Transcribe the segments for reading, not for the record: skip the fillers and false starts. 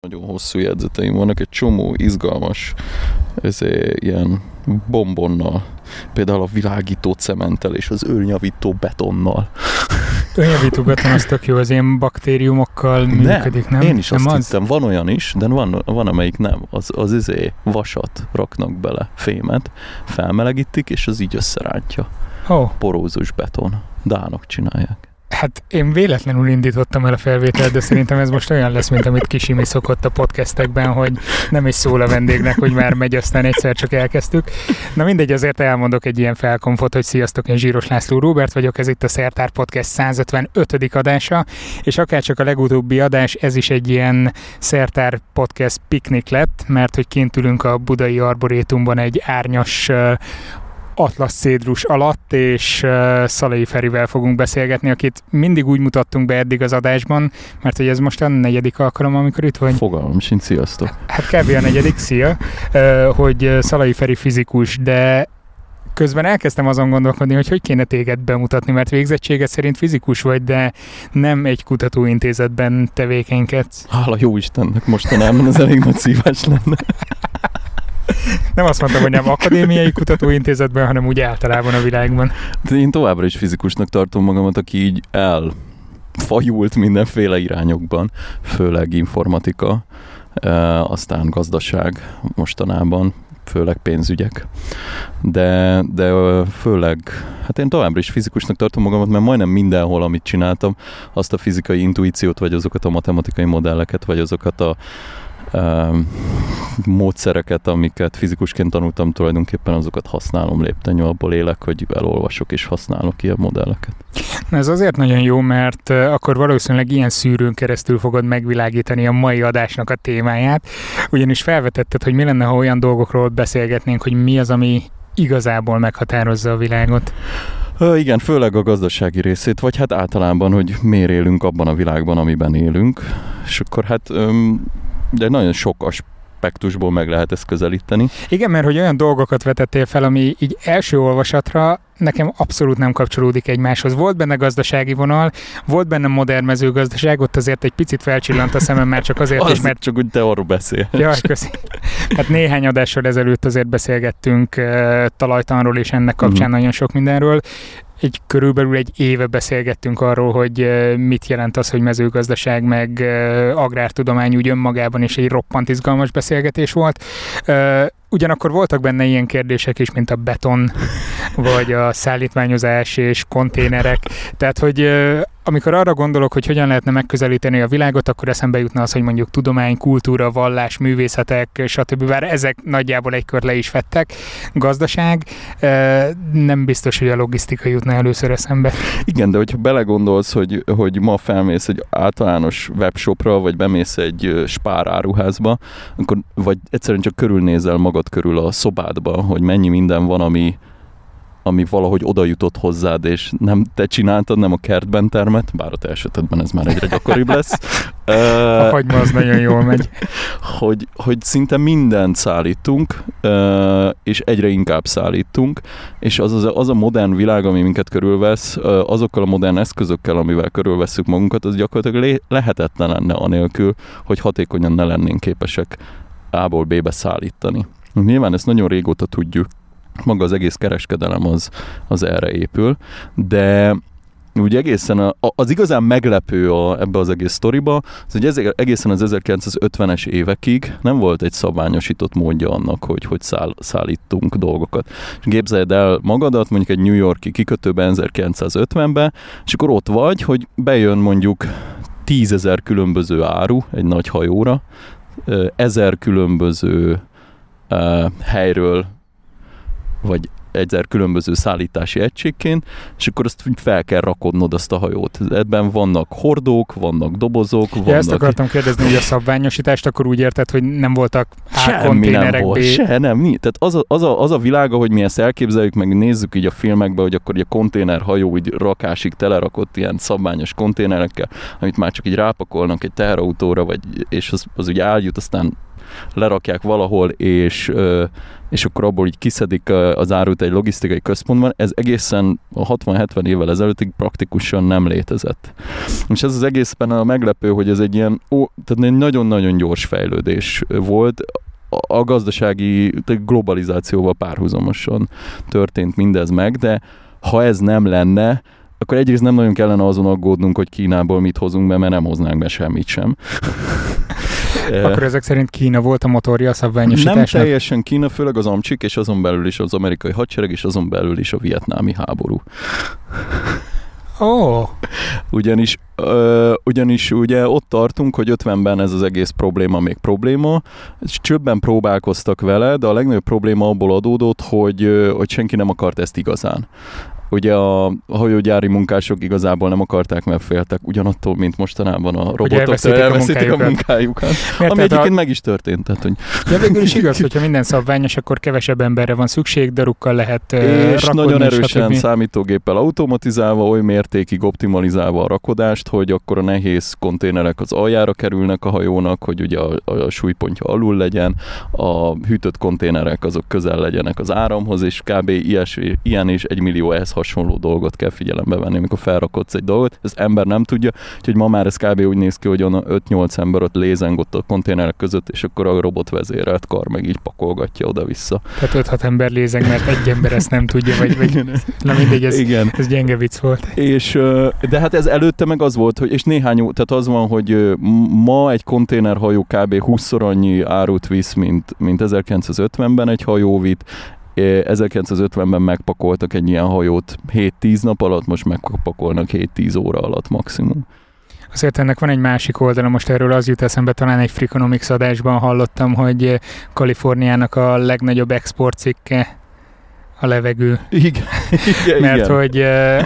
Nagyon hosszú jegyzeteim vannak, egy csomó izgalmas ilyen bombonnal, például a világító cementtel és az őrnyavító betonnal. Önjavító beton az tök jó, az ilyen baktériumokkal működik, nem? Én is nem azt az? hittem, van olyan is, de van amelyik nem. Az vasat raknak bele, fémet, felmelegítik, és az így összerántja. Porózus beton. Dánok csinálják. Hát én véletlenül indítottam el a felvételt, de szerintem ez most olyan lesz, mint amit Kisimi szokott a podcastekben, hogy nem is szól a vendégnek, hogy már megy, aztán egyszer csak elkezdtük. Na mindegy, azért elmondok egy ilyen felkonfot, hogy sziasztok, én Zsíros László Róbert vagyok, ez itt a Szertár Podcast 155. adása, és akárcsak a legutóbbi adás, ez is egy ilyen Szertár Podcast piknik lett, mert hogy kint ülünk a Budai Arborétumban egy árnyas Atlasz cédrus alatt, és Szalai Ferivel fogunk beszélgetni, akit mindig úgy mutattunk be eddig az adásban, mert hogy ez most a 4. alkalom, amikor itt vagy. Fogalmam sincs, sziasztok. Hát kb. A 4. szia, hogy Szalai Feri fizikus, de közben elkezdtem azon gondolkodni, hogy kéne téged bemutatni, mert végzettséged szerint fizikus vagy, de nem egy kutatóintézetben tevékenykedsz. Hála jó Istennek, mostanában az elég nagy szívás lenne. Nem azt mondtam, hogy nem akadémiai kutatóintézetben, hanem úgy általában a világban. De én továbbra is fizikusnak tartom magamat, aki így elfajult mindenféle irányokban, főleg informatika, aztán gazdaság mostanában, főleg pénzügyek. De főleg, hát én továbbra is fizikusnak tartom magamat, mert majdnem mindenhol, amit csináltam, azt a fizikai intuíciót, vagy azokat a matematikai modelleket, vagy azokat a módszereket, amiket fizikusként tanultam, tulajdonképpen azokat használom lépten, abból élek, hogy elolvasok és használok ilyen modelleket. Ez azért nagyon jó, mert akkor valószínűleg ilyen szűrőn keresztül fogod megvilágítani a mai adásnak a témáját, ugyanis felvetetted, hogy mi lenne, ha olyan dolgokról beszélgetnénk, hogy mi az, ami igazából meghatározza a világot. Igen, főleg a gazdasági részét, vagy hát általában, hogy miért élünk abban a világban, amiben élünk, és akkor hát de nagyon sok aspektusból meg lehet ezt közelíteni. Igen, mert hogy olyan dolgokat vetettél fel, ami így első olvasatra nekem abszolút nem kapcsolódik egymáshoz. Volt benne gazdasági vonal, volt benne modern mezőgazdaság, ott azért egy picit felcsillant a szemem már csak azért is, mert... Csak úgy te arról beszél. Jaj, köszi. Hát néhány adással ezelőtt azért beszélgettünk talajtanról, és ennek kapcsán nagyon sok mindenről. Körülbelül egy éve beszélgettünk arról, hogy mit jelent az, hogy mezőgazdaság meg agrártudomány úgy önmagában, és egy roppant izgalmas beszélgetés volt. Ugyanakkor voltak benne ilyen kérdések is, mint a beton, vagy a szállítmányozás és konténerek. Tehát, hogy amikor arra gondolok, hogy hogyan lehetne megközelíteni a világot, akkor eszembe jutna az, hogy mondjuk tudomány, kultúra, vallás, művészetek, stb. Bár ezek nagyjából egy kör le is vettek. Gazdaság, nem biztos, hogy a logisztika jutna először eszembe. Igen, de hogyha belegondolsz, hogy ma felmész egy általános webshopra, vagy bemész egy Spár áruházba, akkor, vagy egyszerűen csak körülnézel magad körül a szobádba, hogy mennyi minden van, ami valahogy oda jutott hozzád, és nem te csináltad, nem a kertben termett, bár a te esetedben ez már egyre gyakoribb lesz. A hagyma az nagyon jól megy. Hogy szinte mindent szállítunk, és egyre inkább szállítunk, és az a modern világ, ami minket körülvesz, azokkal a modern eszközökkel, amivel körülvesszük magunkat, az gyakorlatilag lehetetlen lenne anélkül, hogy hatékonyan ne lennénk képesek A-ból B-be szállítani. Nyilván ezt nagyon régóta tudjuk, maga az egész kereskedelem az erre épül, de úgy egészen az igazán meglepő ebbe az egész sztoriba, az, hogy egészen az 1950-es évekig nem volt egy szabványosított módja annak, hogy szállítunk dolgokat. És képzeld el magadat mondjuk egy New York-i kikötőben 1950-ben, és akkor ott vagy, hogy bejön mondjuk 10 000 különböző áru egy nagy hajóra, 1000 különböző helyről, vagy 1000 különböző szállítási egységként, és akkor azt fel kell rakodnod azt a hajót. Ebben vannak hordók, vannak dobozok, vannak... Ezt akartam kérdezni, hogy a szabványosítást akkor úgy érted, hogy nem voltak A-konténerek, B... Nem. Tehát az a világ, ahogy mi ezt elképzeljük, meg nézzük így a filmekben, hogy akkor egy konténerhajó így rakásig telerakott ilyen szabványos konténerekkel, amit már csak így rápakolnak egy teherautóra, és az úgy eljut, aztán lerakják valahol, és akkor abból így kiszedik az árut egy logisztikai központban, ez egészen a 60-70 évvel ezelőttig praktikusan nem létezett. És ez az egészben a meglepő, hogy ez egy ilyen, tehát egy nagyon-nagyon gyors fejlődés volt, a gazdasági globalizációval párhuzamosan történt mindez meg, de ha ez nem lenne, akkor egyrészt nem nagyon kellene azon aggódnunk, hogy Kínából mit hozunk be, mert nem hoznánk be semmit sem. Akkor ezek szerint Kína volt a motorja a szabványosításnak? Nem teljesen Kína, főleg az amcsik, és azon belül is az amerikai hadsereg, és azon belül is a vietnámi háború. Ugyanis ugye ott tartunk, hogy 50-ben ez az egész probléma még probléma, és többen próbálkoztak vele, de a legnagyobb probléma abból adódott, hogy senki nem akart ezt igazán. Ugye a hajógyári munkások igazából nem akarták, mert féltek ugyanattól, mint mostanában a robotok, elveszítik a munkájukat. Ami egyébként meg is történt. Tehát, hogy... De végül is igaz, hogyha minden szabványos, akkor kevesebb emberre van szükség, darukkal lehet és rakodni, nagyon erősen számítógéppel automatizálva, oly mértékig optimalizálva a rakodást, hogy akkor a nehéz konténerek az aljára kerülnek a hajónak, hogy ugye a súlypontja alul legyen, a hűtött konténerek azok közel legyenek az áramhoz, és kb. Ilyen és 1 millió ehhez hasonló dolgot kell figyelembe venni, amikor felrakodsz egy dolgot. Ez ember nem tudja, úgyhogy ma már ez kb. Úgy néz ki, hogy 5-8 ember ott lézengott a konténerek között, és akkor a robotvezérelt kar meg így pakolgatja oda-vissza. Tehát 5-6 ember lézeng, mert egy ember ezt nem tudja, vagy na mindegy, ez gyenge vicc volt. De hát ez előtte meg az volt, hogy, és tehát az van, hogy ma egy konténerhajó kb. 20-szor annyi árut visz, mint 1950-ben egy hajó vitt. 1950-ben megpakoltak egy ilyen hajót 7-10 nap alatt, most megpakolnak 7-10 óra alatt maximum. Azért ennek van egy másik oldala, most erről az jut eszembe, talán egy Freakonomics adásban hallottam, hogy Kaliforniának a legnagyobb exportcikke a levegő. Igen. Mert hogy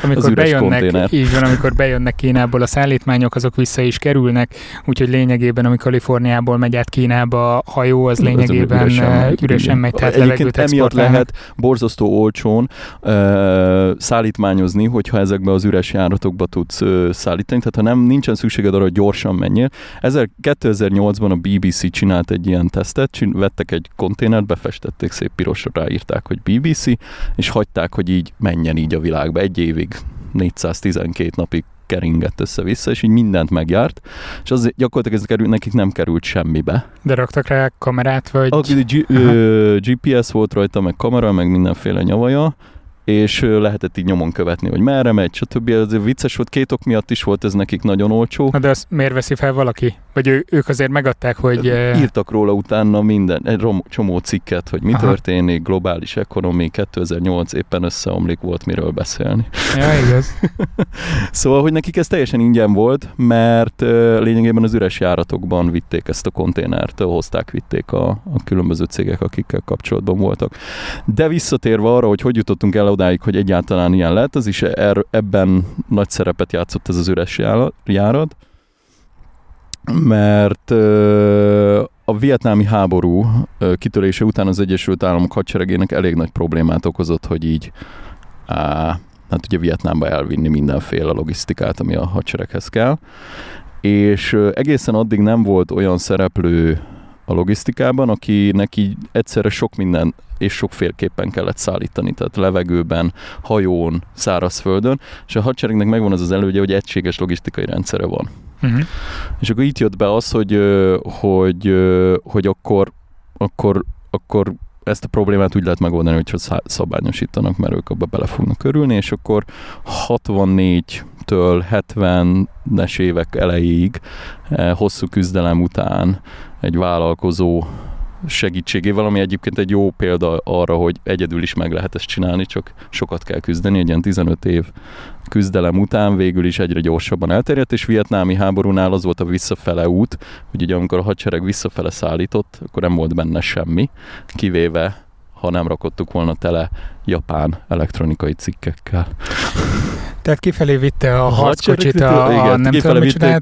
amikor bejönnek Kínából a szállítmányok, azok vissza is kerülnek, úgyhogy lényegében, ami Kaliforniából megy át Kínába a hajó, az lényegében üresen megy, tehát levegőt exportálnak. Lehet borzasztó olcsón szállítmányozni, hogyha ezekbe az üres járatokba tudsz szállítani, tehát ha nincsen szükséged arra, hogy gyorsan menjél. 2008-ban a BBC csinált egy ilyen tesztet, vettek egy konténert, befestették, szép pirosra ráírták, hogy BBC, és hagyták, hogy így menjen így a világba. Egy évig, 412 napig keringett össze-vissza, és így mindent megjárt, és az gyakorlatilag nekik nem került semmibe. De raktak rá kamerát, vagy? GPS volt rajta, meg kamera, meg mindenféle nyavaja, és lehetett így nyomon követni, hogy merre megy, stb. Ez vicces volt, 2 ok miatt is volt ez nekik nagyon olcsó. Na de azt miért veszi fel valaki? Vagy ők azért megadták, hogy... Írtak róla utána egy csomó cikket, hogy mi történik, globális ekonomi, 2008 éppen összeomlik, volt miről beszélni. Ja, igaz. Szóval, hogy nekik ez teljesen ingyen volt, mert lényegében az üres járatokban vitték ezt a konténert, vitték a különböző cégek, akikkel kapcsolatban voltak. De visszatérve arra, hogy jutottunk el odáig, hogy egyáltalán ilyen lett, az is ebben nagy szerepet játszott ez az üres járat, mert a vietnámi háború kitörése után az Egyesült Államok hadseregének elég nagy problémát okozott, hogy így hát ugye Vietnámba elvinni mindenféle logisztikát, ami a hadsereghez kell, és egészen addig nem volt olyan szereplő a logisztikában, akinek így egyszerre sok minden és sokféleképpen kellett szállítani, tehát levegőben, hajón, szárazföldön, és a hadseregnek megvan az előnye, hogy egységes logisztikai rendszere van. Uh-huh. És akkor itt jött be az, hogy akkor ezt a problémát úgy lehet megoldani, hogyha szabványosítanak, mert ők abba bele fognak örülni, és akkor 64-től 70-es évek elejéig hosszú küzdelem után egy vállalkozó segítségével, ami egyébként egy jó példa arra, hogy egyedül is meg lehet ezt csinálni, csak sokat kell küzdeni, egy ilyen 15 év küzdelem után végül is egyre gyorsabban elterjedt, és vietnámi háborúnál az volt a visszafele út, hogy ugye amikor a hadsereg visszafele szállított, akkor nem volt benne semmi, kivéve ha nem rakottuk volna tele japán elektronikai cikkekkel. Tehát kifelé vitte a harckocsit, igen, nem tudom micsodát,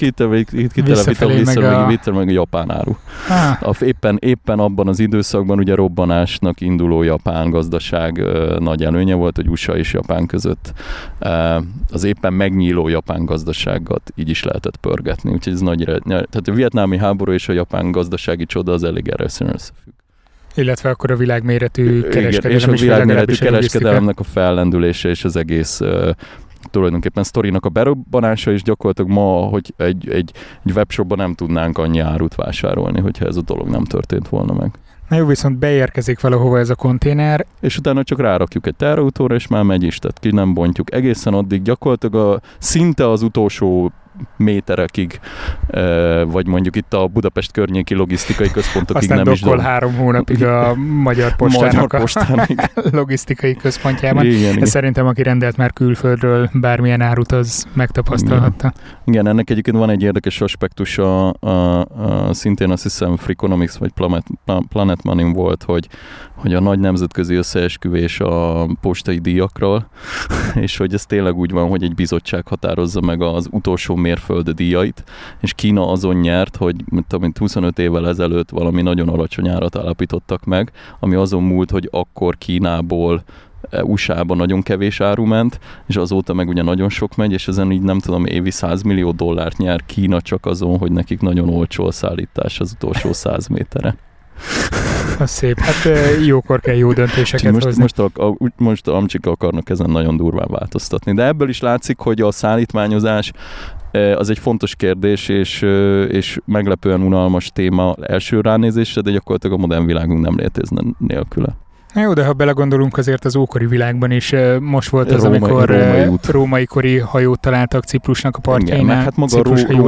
vitte meg a japán áru. Éppen abban az időszakban ugye robbanásnak induló japán gazdaság nagy előnye volt, hogy USA és Japán között az éppen megnyíló japán gazdaságot így is lehetett pörgetni. Úgyhogy ez tehát a vietnámi háború és a japán gazdasági csoda az elég erősen összefügg. Illetve akkor a világméretű kereskedelem és a világméretű kereskedelemnek a fellendülése és az egész tulajdonképpen sztorinak a berobbanása, és gyakorlatilag ma, hogy egy webshopban nem tudnánk annyi árut vásárolni, hogyha ez a dolog nem történt volna meg. Na jó, viszont beérkezik valahova ez a konténer. És utána csak rárakjuk egy teherautóra, és már megy is, tehát ki nem bontjuk. Egészen addig gyakorlatilag szinte az utolsó méterekig, vagy mondjuk itt a Budapest környéki logisztikai központokig aztán nem is. Aztán 3 hónapig a Magyar Postának a logisztikai központjában. Igen. Szerintem, aki rendelt már külföldről bármilyen árut, az megtapasztalhatta. Igen, ennek egyébként van egy érdekes aspektusa, szintén azt hiszem Freakonomics vagy Planet Money volt, hogy a nagy nemzetközi összeesküvés a postai díjakról, és hogy ez tényleg úgy van, hogy egy bizottság határozza meg az utolsó mérföld díjait, és Kína azon nyert, hogy mint 25 évvel ezelőtt valami nagyon alacsony árat állapítottak meg, ami azon múlt, hogy akkor Kínából USA-ban nagyon kevés áru ment, és azóta meg ugye nagyon sok megy, és ezen így nem tudom, évi $100 millió nyer Kína csak azon, hogy nekik nagyon olcsó a szállítás az utolsó 100 méterre. Az szép. Hát jókor kell jó döntéseket hozni. Most amcsik akarnak ezen nagyon durván változtatni. De ebből is látszik, hogy a szállítmányozás az egy fontos kérdés, és meglepően unalmas téma első ránézésre, de gyakorlatilag a modern világunk nem létezne nélküle. Na jó, de ha belegondolunk, azért az ókori világban is most volt az, amikor római kori hajót találtak Ciprusnak a partjainál. Igen, hát maga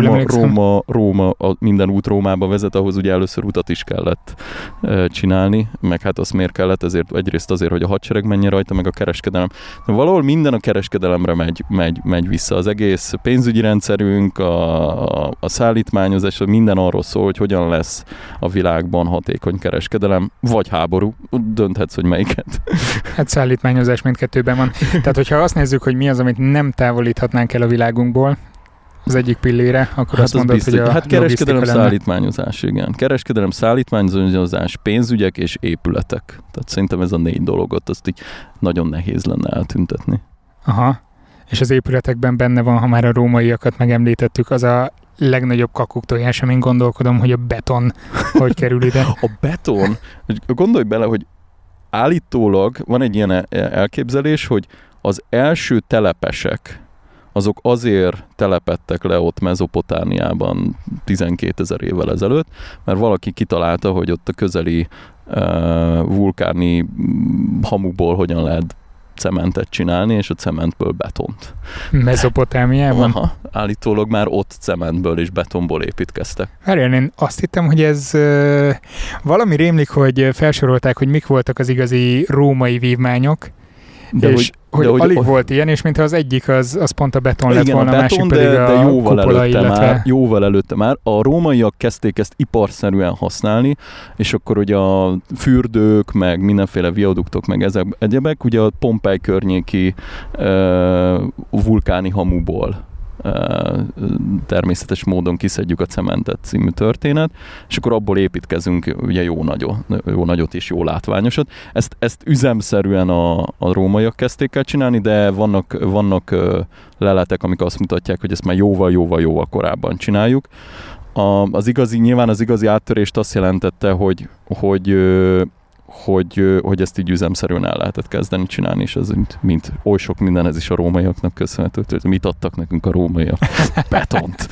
Róma, minden út Rómába vezet, ahhoz ugye először utat is kellett csinálni, meg hát azt miért kellett, egyrészt azért, hogy a hadsereg menjen rajta, meg a kereskedelem. De valahol minden a kereskedelemre megy vissza. Az egész pénzügyi rendszerünk, a szállítmányozás, minden arról szól, hogy hogyan lesz a világban hatékony kereskedelem, vagy háború, dönthetsz, hogy melyiket. Hát szállítmányozás mindkettőben van. Tehát, hogyha azt nézzük, hogy mi az, amit nem távolíthatnánk el a világunkból, az egyik pillére, akkor azt mondod, hogy a kereskedelem, szállítmányozás, igen. Kereskedelem, szállítmányozás, pénzügyek és épületek. Tehát szerintem ez a 4 dologot, azt így nagyon nehéz lenne eltüntetni. Aha. És az épületekben benne van, ha már a rómaiakat megemlítettük, az a legnagyobb kakuktojás, amin gondolkodom, hogy a beton hogy kerül ide. A beton? Gondolj bele, hogy állítólag van egy ilyen elképzelés, hogy az első telepesek, azok azért telepedtek le ott Mezopotámiában 12 000 évvel ezelőtt, mert valaki kitalálta, hogy ott a közeli vulkáni hamuból hogyan lehet cementet csinálni, és a cementből betont. Mezopotámiában? Aha, állítólag már ott cementből és betonból építkeztek. Várjál, én azt hittem, hogy ez valami rémlik, hogy felsorolták, hogy mik voltak az igazi római vívmányok, és hogy alig volt ilyen, és mintha az egyik az pont a beton lett volna, a másik pedig a kupola, illetve... Jóval előtte már. A rómaiak kezdték ezt iparszerűen használni, és akkor ugye a fürdők, meg mindenféle viaduktok, meg ezek egyebek, ugye a Pompei környéki vulkáni hamuból természetes módon kiszedjük a cementet című történet, és akkor abból építkezünk ugye jó nagyot és jó látványosat. Ezt üzemszerűen a rómaiak kezdték el csinálni, de vannak leletek, amik azt mutatják, hogy ezt már jóval korábban csináljuk. Nyilván az igazi áttörést azt jelentette, hogy ezt így üzemszerűen el lehetett kezdeni csinálni, és ez mint oly sok mindenhez is a rómaiaknak köszönhető, hogy mit adtak nekünk a rómaiak? Betont.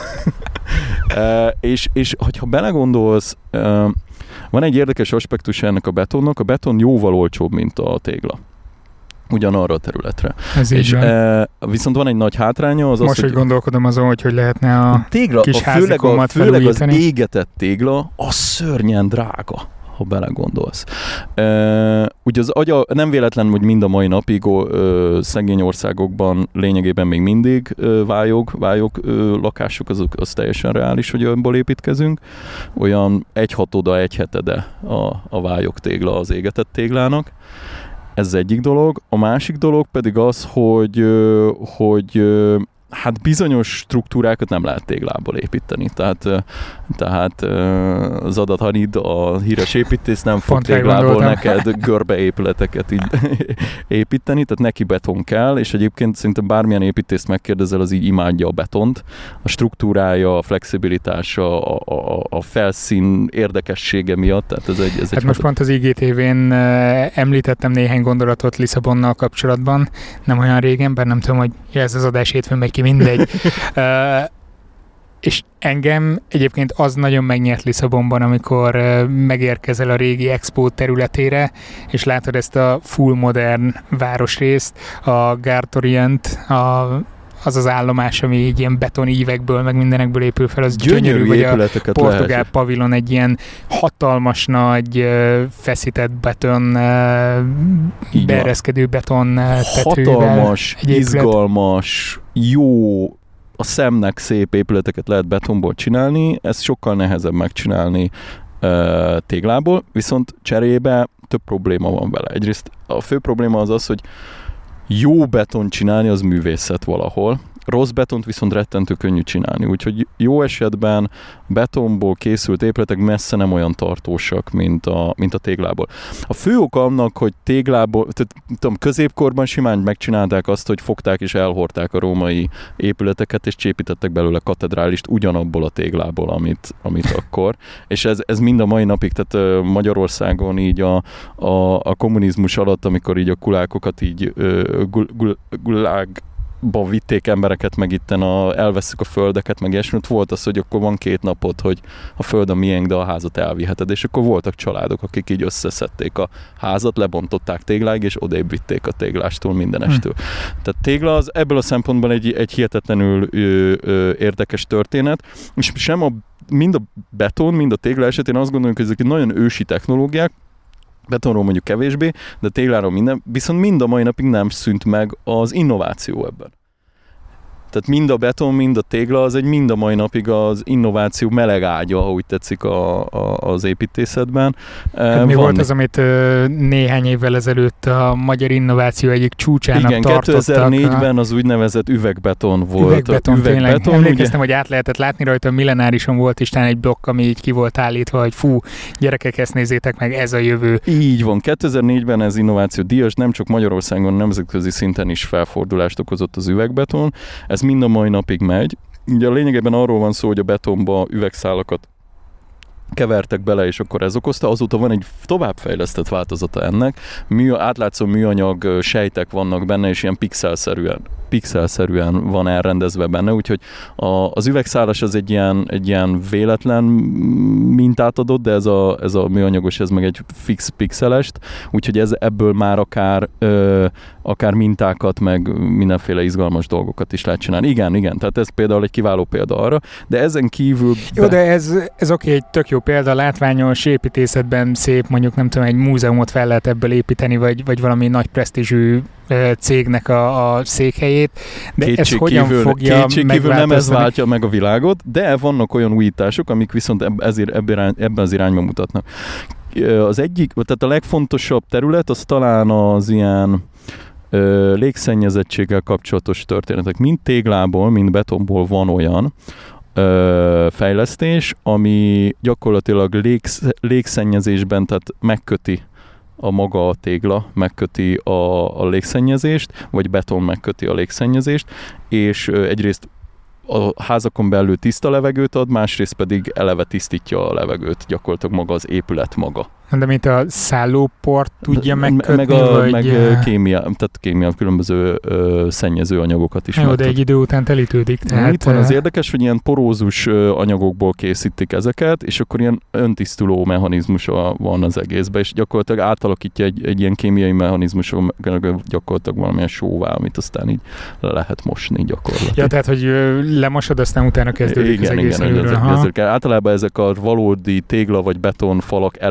És hogyha belegondolsz, van egy érdekes aspektus ennek a betonnak, a beton jóval olcsóbb, mint a tégla. Ugyanarra a területre. És viszont van egy nagy hátránya. Most, hogy gondolkodom azon, hogy lehetne a tégla, kis házikomat főleg az égetett tégla, az szörnyen drága. ha belegondolsz. Ugye az agya, nem véletlen, hogy mind a mai napig szegény országokban lényegében még mindig vályog lakások, az teljesen reális, hogy abból építkezünk. Olyan 1/6, 1/7 a vályog tégla az égetett téglának. Ez egyik dolog. A másik dolog pedig az, hogy hát bizonyos struktúrákat nem lehet téglából építeni. Tehát az Adathanid, a híres építész nem fog téglából neked görbeépületeket így építeni, tehát neki beton kell, és egyébként szerintem bármilyen építészt megkérdezel, az így imádja a betont. A struktúrája, a flexibilitása, a felszín érdekessége miatt. Tehát ez egy most pont az IGTV-n említettem néhány gondolatot Lisszabonnal kapcsolatban, nem olyan régen, bár nem tudom, hogy ez az adás hétfőn megy ki, mindegy. És engem egyébként az nagyon megnyert Lisszabonban, amikor megérkezel a régi Expo területére, és látod ezt a full modern városrészt, a Gare Orient, az az állomás, ami így ilyen betonívekből, meg mindenekből épül fel, az gyönyörű, vagy a portugál pavilon egy ilyen hatalmas nagy feszített beton, beereszkedő beton tetővel. Hatalmas, izgalmas, jó, a szemnek szép épületeket lehet betonból csinálni, ez sokkal nehezebb megcsinálni téglából, viszont cserébe több probléma van vele. Egyrészt a fő probléma az, hogy jó beton csinálni az művészet valahol, rossz betont viszont rettentő könnyű csinálni, úgyhogy jó esetben betonból készült épületek messze nem olyan tartósak, mint a téglából. A fő ok annak, hogy téglából, tehát középkorban simán megcsinálták azt, hogy fogták és elhordták a római épületeket, és csépítettek belőle katedrálist ugyanabból a téglából, amit akkor. És ez mind a mai napig, tehát Magyarországon így a kommunizmus alatt, amikor így a kulákokat így gulágba vitték embereket, meg itten elvesszük a földeket, meg ilyesmi, volt az, hogy akkor van 2 napod, hogy a föld a miénk, de a házat elviheted, és akkor voltak családok, akik így összeszedték a házat, lebontották tégláig, és odébb vitték a téglástól mindenestől. Tehát tégla az ebből a szempontból egy hihetetlenül érdekes történet, és mind a beton, mind a tégla esetén azt gondolom, hogy ezek nagyon ősi technológiák, betonról mondjuk kevésbé, de tégláról minden, viszont mind a mai napig nem szűnt meg az innováció ebben. Tehát mind a beton, mind a tégla, az mind a mai napig az innováció meleg ágya, ahogy tetszik az építészetben. Hát mi volt az, amit néhány évvel ezelőtt a magyar innováció egyik csúcsának tartottak? Igen, 2004-ben az úgynevezett üvegbeton volt. Üvegbeton, tényleg. Emlékeztem, hogy át lehetett látni rajta, a Millenárison volt is egy blokk, ami így ki volt állítva, hogy fú, gyerekek, ezt nézzétek meg, ez a jövő. Így van, 2004-ben ez innováció díjas, nem csak Magyarországon, nemzetközi szinten is felfordulást okozott az üvegbeton. Ez mind a mai napig megy. Ugye a lényegében arról van szó, hogy a betonba üvegszálakat kevertek bele, és akkor ez okozta. Azóta van egy továbbfejlesztett változata ennek. Átlátszó műanyag sejtek vannak benne, és ilyen pixelszerűen van elrendezve benne, úgyhogy az üvegszálas az egy ilyen véletlen mintát adott, de ez a műanyagos, ez meg egy fix pixelest, úgyhogy ebből már akár mintákat, meg mindenféle izgalmas dolgokat is lehet csinálni. Igen, tehát ez például egy kiváló példa arra, de ezen kívül... Jó, de ez oké, egy tök jó példa, látványos építészetben szép, mondjuk nem tudom, egy múzeumot fel lehet ebből építeni, vagy valami nagy presztízsű cégnek a székhelyét, de ez hogyan fogja megváltozni? Nem ez váltja meg a világot, de vannak olyan újítások, amik viszont ebben az irányba mutatnak. Az egyik, tehát a legfontosabb terület az talán az ilyen légszennyezettséggel kapcsolatos történetek. Mind téglából, mind betonból van olyan fejlesztés, ami gyakorlatilag légszennyezésben, tehát megköti a tégla, megköti a légszennyezést, vagy beton megköti a légszennyezést, és egyrészt a házakon belül tiszta levegőt ad, másrészt pedig eleve tisztítja a levegőt, gyakorlatilag maga az épület maga. De mint a szállóport tudja megkötni, meg kémia, különböző szennyező anyagokat is. Jó, de egy idő után telítődik. Tehát... Itt van az érdekes, hogy ilyen porózus anyagokból készítik ezeket, és akkor ilyen öntisztuló mechanizmusa van az egészben, és gyakorlatilag átalakítja egy ilyen kémiai mechanizmuson gyakorlatilag valamilyen sóvá, amit aztán így le lehet mosni gyakorlatilag. Ja, tehát, hogy lemosod, aztán utána kezdődik az egész. Igen, általában ezek a valódi tégla vagy beton falak előtt ilyen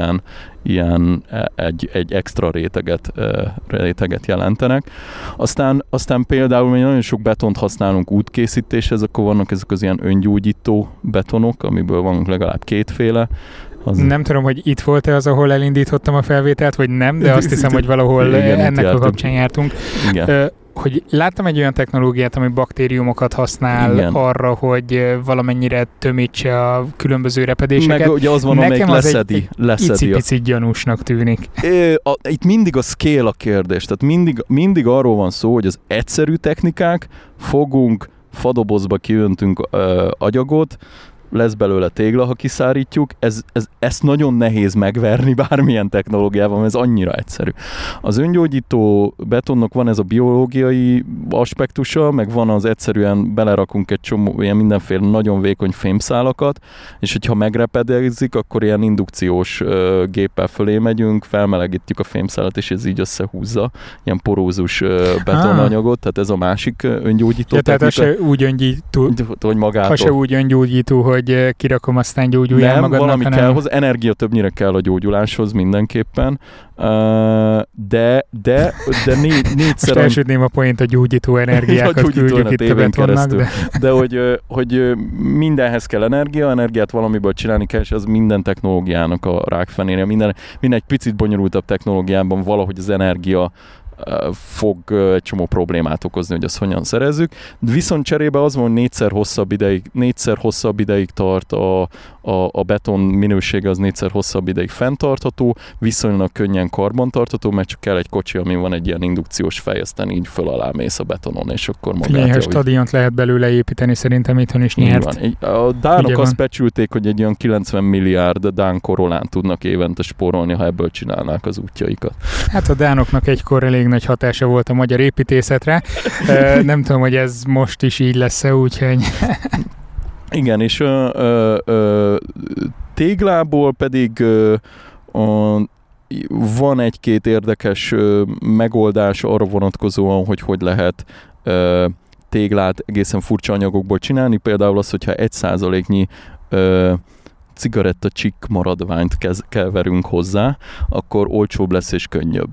egy extra réteget jelentenek. Aztán például mi nagyon sok betont használunk útkészítéshez, akkor vannak ezek az ilyen öngyógyító betonok, amiből van legalább kétféle. Nem tudom, hogy itt volt-e az, ahol elindítottam a felvételt, vagy nem, de azt hiszem, hogy valahol igen, ennek a kapcsán jártunk. Hogy láttam egy olyan technológiát, ami baktériumokat használ arra, hogy valamennyire tömítse a különböző repedéseket. Meg ugye az van, amelyik leszedi. Icipicit gyanúsnak tűnik. Itt mindig a scale a kérdés. Tehát mindig arról van szó, hogy az egyszerű technikák, fogunk, fadobozba kiöntünk agyagot, lesz belőle tégla, ha kiszárítjuk. Ezt nagyon nehéz megverni bármilyen technológiával, mert ez annyira egyszerű. Az öngyógyító betonnak van ez a biológiai aspektusa, meg van az egyszerűen belerakunk egy csomó ilyen mindenféle nagyon vékony fémszálakat, és hogyha megrepedezik, akkor ilyen indukciós géppel fölé megyünk, felmelegítjük a fémszálat, és ez így összehúzza ilyen porózus betonanyagot, tehát ez a másik öngyógyító technika. Tehát az se úgy öngyógyító, hogy magától. Se úgy öngyógyító, hogy kirakom, aztán gyógyuljál magadnak. Nem, valami kell hozzá, energia többnyire kell a gyógyuláshoz mindenképpen, de négyszer... Most elsütném a point, a gyógyító energiákat küldjük itt a betonnak. De hogy mindenhez kell energiát valamiből csinálni kell, és az minden technológiának a rákfenéje. Minden egy picit bonyolultabb technológiában valahogy az energia fog egy csomó problémát okozni, hogy azt hogyan szerezzük. Viszont cserébe az van, hogy négyszer hosszabb ideig tart a beton minősége, az négyszer hosszabb ideig fenntartható, viszonylag könnyen karbantartható, mert csak kell egy kocsi, ami van egy ilyen indukciós fej, aztán így föl alá mész a betonon, és akkor magát... Figyelj, ha stadiont lehet belőle építeni, szerintem itthon is nyert. A dánok azt becsülték, hogy egy olyan 90 milliárd dán korolán tudnak évente spórolni, ha ebből csinálnák az útjaikat. Hát a dánoknak egykor elég nagy hatása volt a magyar építészetre. Nem tudom, hogy ez most is így lesz-e, úgyhogy... Igen, és téglából pedig van egy-két érdekes megoldás arra vonatkozóan, hogy lehet téglát egészen furcsa anyagokból csinálni. Például az, hogyha 1%-nyi cigarettacsik maradványt keverünk hozzá, akkor olcsóbb lesz és könnyebb.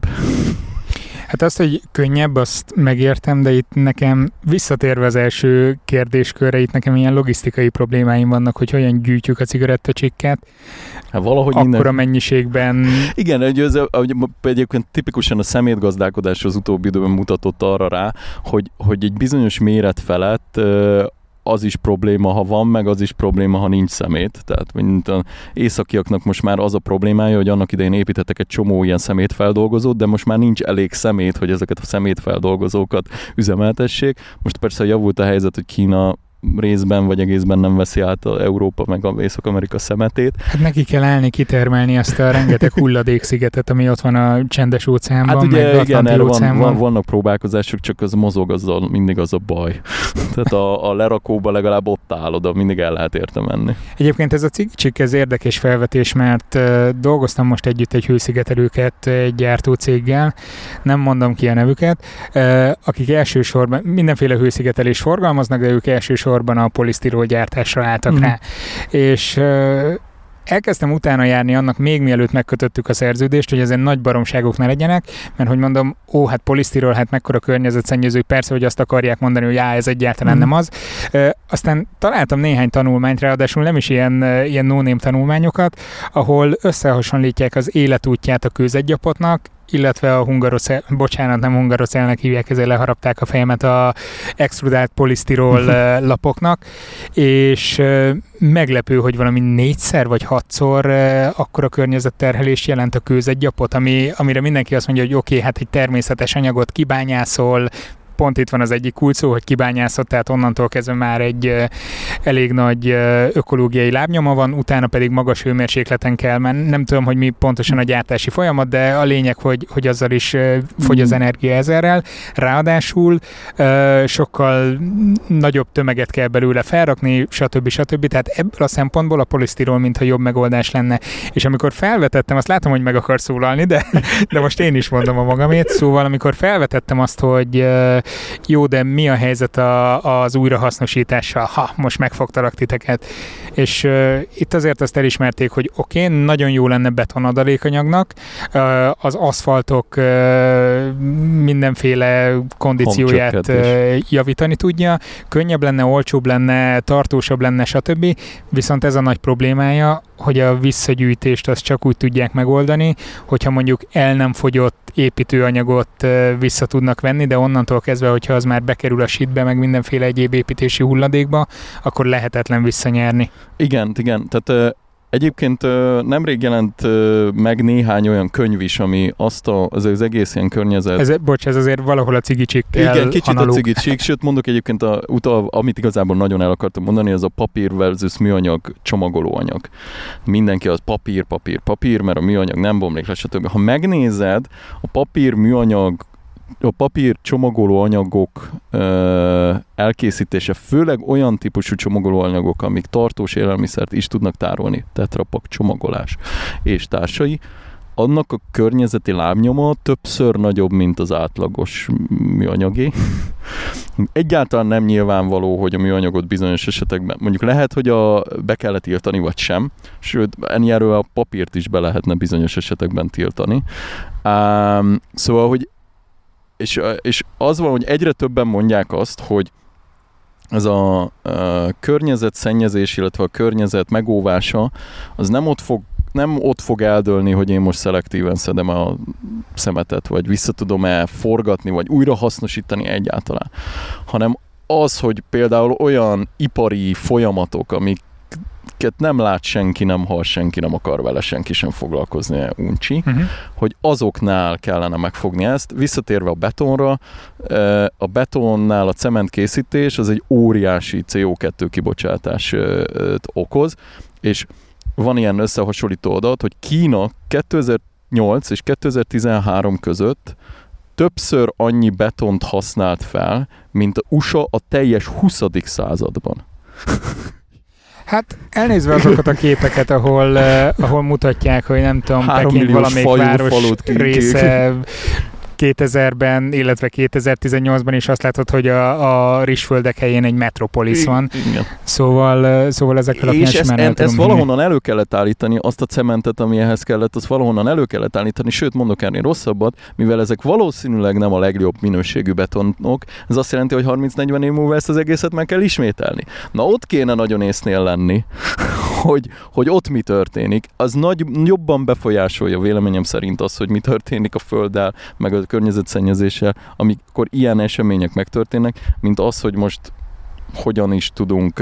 Hát azt, hogy könnyebb, azt megértem, de itt nekem visszatérve az első kérdéskörre, itt nekem ilyen logisztikai problémáim vannak, hogy hogyan gyűjtjük a cigarettacsikket. Hát valahogy akkora mennyiségben... Igen, egyébként tipikusan a szemétgazdálkodás az utóbbi időben mutatott arra rá, hogy egy bizonyos méret felett az is probléma, ha van, meg az is probléma, ha nincs szemét. Tehát mint az északiaknak most már az a problémája, hogy annak idején építettek egy csomó ilyen szemétfeldolgozót, de most már nincs elég szemét, hogy ezeket a szemétfeldolgozókat üzemeltessék. Most persze javult a helyzet, hogy Kína részben vagy egészben nem veszi át a Európa meg a Észak-Amerika szemetét. Hát neki kell állni kitermelni azt a rengeteg hulladékszigetet, ami ott van a Csendes óceánban, hát ugye, meg Atlanti óceánban. Vannak próbálkozások, csak az mozog, azzal mindig az a baj. Tehát a lerakóba legalább ott áll oda, mindig el lehet érte menni. Egyébként ez a cikk, ez érdekes felvetés, mert dolgoztam most együtt egy hőszigetelőket egy gyártócéggel, nem mondom ki a nevüket, akik elsősorban mindenféle hőszigetelést forgalmaznak, de ők elsősorban a polisztirol gyártásra álltak rá. És elkezdtem utána járni annak még mielőtt megkötöttük a szerződést, hogy ezen nagy baromságok ne legyenek, mert hogy mondom, hát polisztirol, hát mekkora környezetszennyező, persze, hogy azt akarják mondani, hogy ez egyáltalán nem az. Aztán találtam néhány tanulmányt, ráadásul nem is ilyen no-name tanulmányokat, ahol összehasonlítják az életútját a kőzetgyapotnak, illetve a nem hungarocellnek hívják, ezért leharapták a fejemet a extrudált polisztirol lapoknak, és meglepő, hogy valami 4-szer vagy 6-szor akkora környezetterhelést jelent a kőzetgyapot, amire mindenki azt mondja, hogy oké, hát egy természetes anyagot kibányászol, pont itt van az egyik kulcsszó, hogy kibányászott, tehát onnantól kezdve már egy elég nagy ökológiai lábnyoma van, utána pedig magas hőmérsékleten kell menni. Nem tudom, hogy mi pontosan a gyártási folyamat, de a lényeg, hogy azzal is fogy az energia ezerrel. Ráadásul sokkal nagyobb tömeget kell belőle felrakni, stb. Tehát ebből a szempontból a polisztirol mintha jobb megoldás lenne. És amikor felvetettem, azt látom, hogy meg akar szólalni, de most én is mondom a magamét. Szóval amikor felvetettem azt, hogy jó, de mi a helyzet az újrahasznosítással? Most megfogtalak titeket. És itt azért azt elismerték, hogy oké, nagyon jó lenne betonadalékanyagnak, az aszfaltok mindenféle kondícióját javítani tudja, könnyebb lenne, olcsóbb lenne, tartósabb lenne, stb. Viszont ez a nagy problémája, hogy a visszagyűjtést azt csak úgy tudják megoldani, hogyha mondjuk el nem fogyott építőanyagot vissza tudnak venni, de onnantól kezdve, hogyha az már bekerül a shitbe, meg mindenféle egyéb építési hulladékba, akkor lehetetlen visszanyerni. Igen. Tehát egyébként nemrég jelent meg néhány olyan könyv is, ami az egész ilyen környezet... Ez azért valahol a cigicsikkel igen, kicsit analóg. A cigicsik, sőt mondok egyébként, amit igazából nagyon el akartam mondani, az a papír versus műanyag csomagolóanyag. Mindenki az papír, mert a műanyag nem bomlik le, stb. Ha megnézed, a papír csomagolóanyagok elkészítése, főleg olyan típusú csomagolóanyagok, amik tartós élelmiszert is tudnak tárolni, tetrapak csomagolás és társai, annak a környezeti lábnyoma többször nagyobb, mint az átlagos műanyagé. Egyáltalán nem nyilvánvaló, hogy a műanyagot bizonyos esetekben, mondjuk lehet, hogy be kellett tiltani, vagy sem, sőt, ennyire a papírt is be lehetne bizonyos esetekben tiltani. Szóval, hogy és az van, hogy egyre többen mondják azt, hogy ez a környezetszennyezés, illetve a környezet megóvása, az nem ott fog eldőlni, hogy én most szelektíven szedem a szemetet, vagy vissza tudom-e forgatni, vagy újra hasznosítani egyáltalán. Hanem az, hogy például olyan ipari folyamatok, amiket nem lát senki, nem hall senki, nem akar vele senki sem foglalkozni, uncsi, hogy azoknál kellene megfogni ezt. Visszatérve a betonra, a betonnál a cementkészítés az egy óriási CO2 kibocsátást okoz, és van ilyen összehasonlító adat, hogy Kína 2008 és 2013 között többször annyi betont használt fel, mint a USA a teljes 20. században. Hát elnézve azokat a képeket, ahol mutatják, hogy nem tudom, Peking valamelyik város része 2000-ben, illetve 2018-ban is azt látod, hogy a rizsföldek helyén egy metropolis van. Igen. Szóval ezek alapján és ezt valahonnan elő kellett állítani, azt a cementet, ami ehhez kellett, azt valahonnan elő kellett állítani, sőt mondok ennél rosszabbat, mivel ezek valószínűleg nem a legjobb minőségű betonok, ez azt jelenti, hogy 30-40 év múlva ezt az egészet meg kell ismételni. Na ott kéne nagyon észnél lenni, hogy ott mi történik. Az jobban befolyásolja véleményem szerint az, hogy mi történik a földdel, meg a környezetszennyezéssel, amikor ilyen események megtörténnek, mint az, hogy most hogyan is tudunk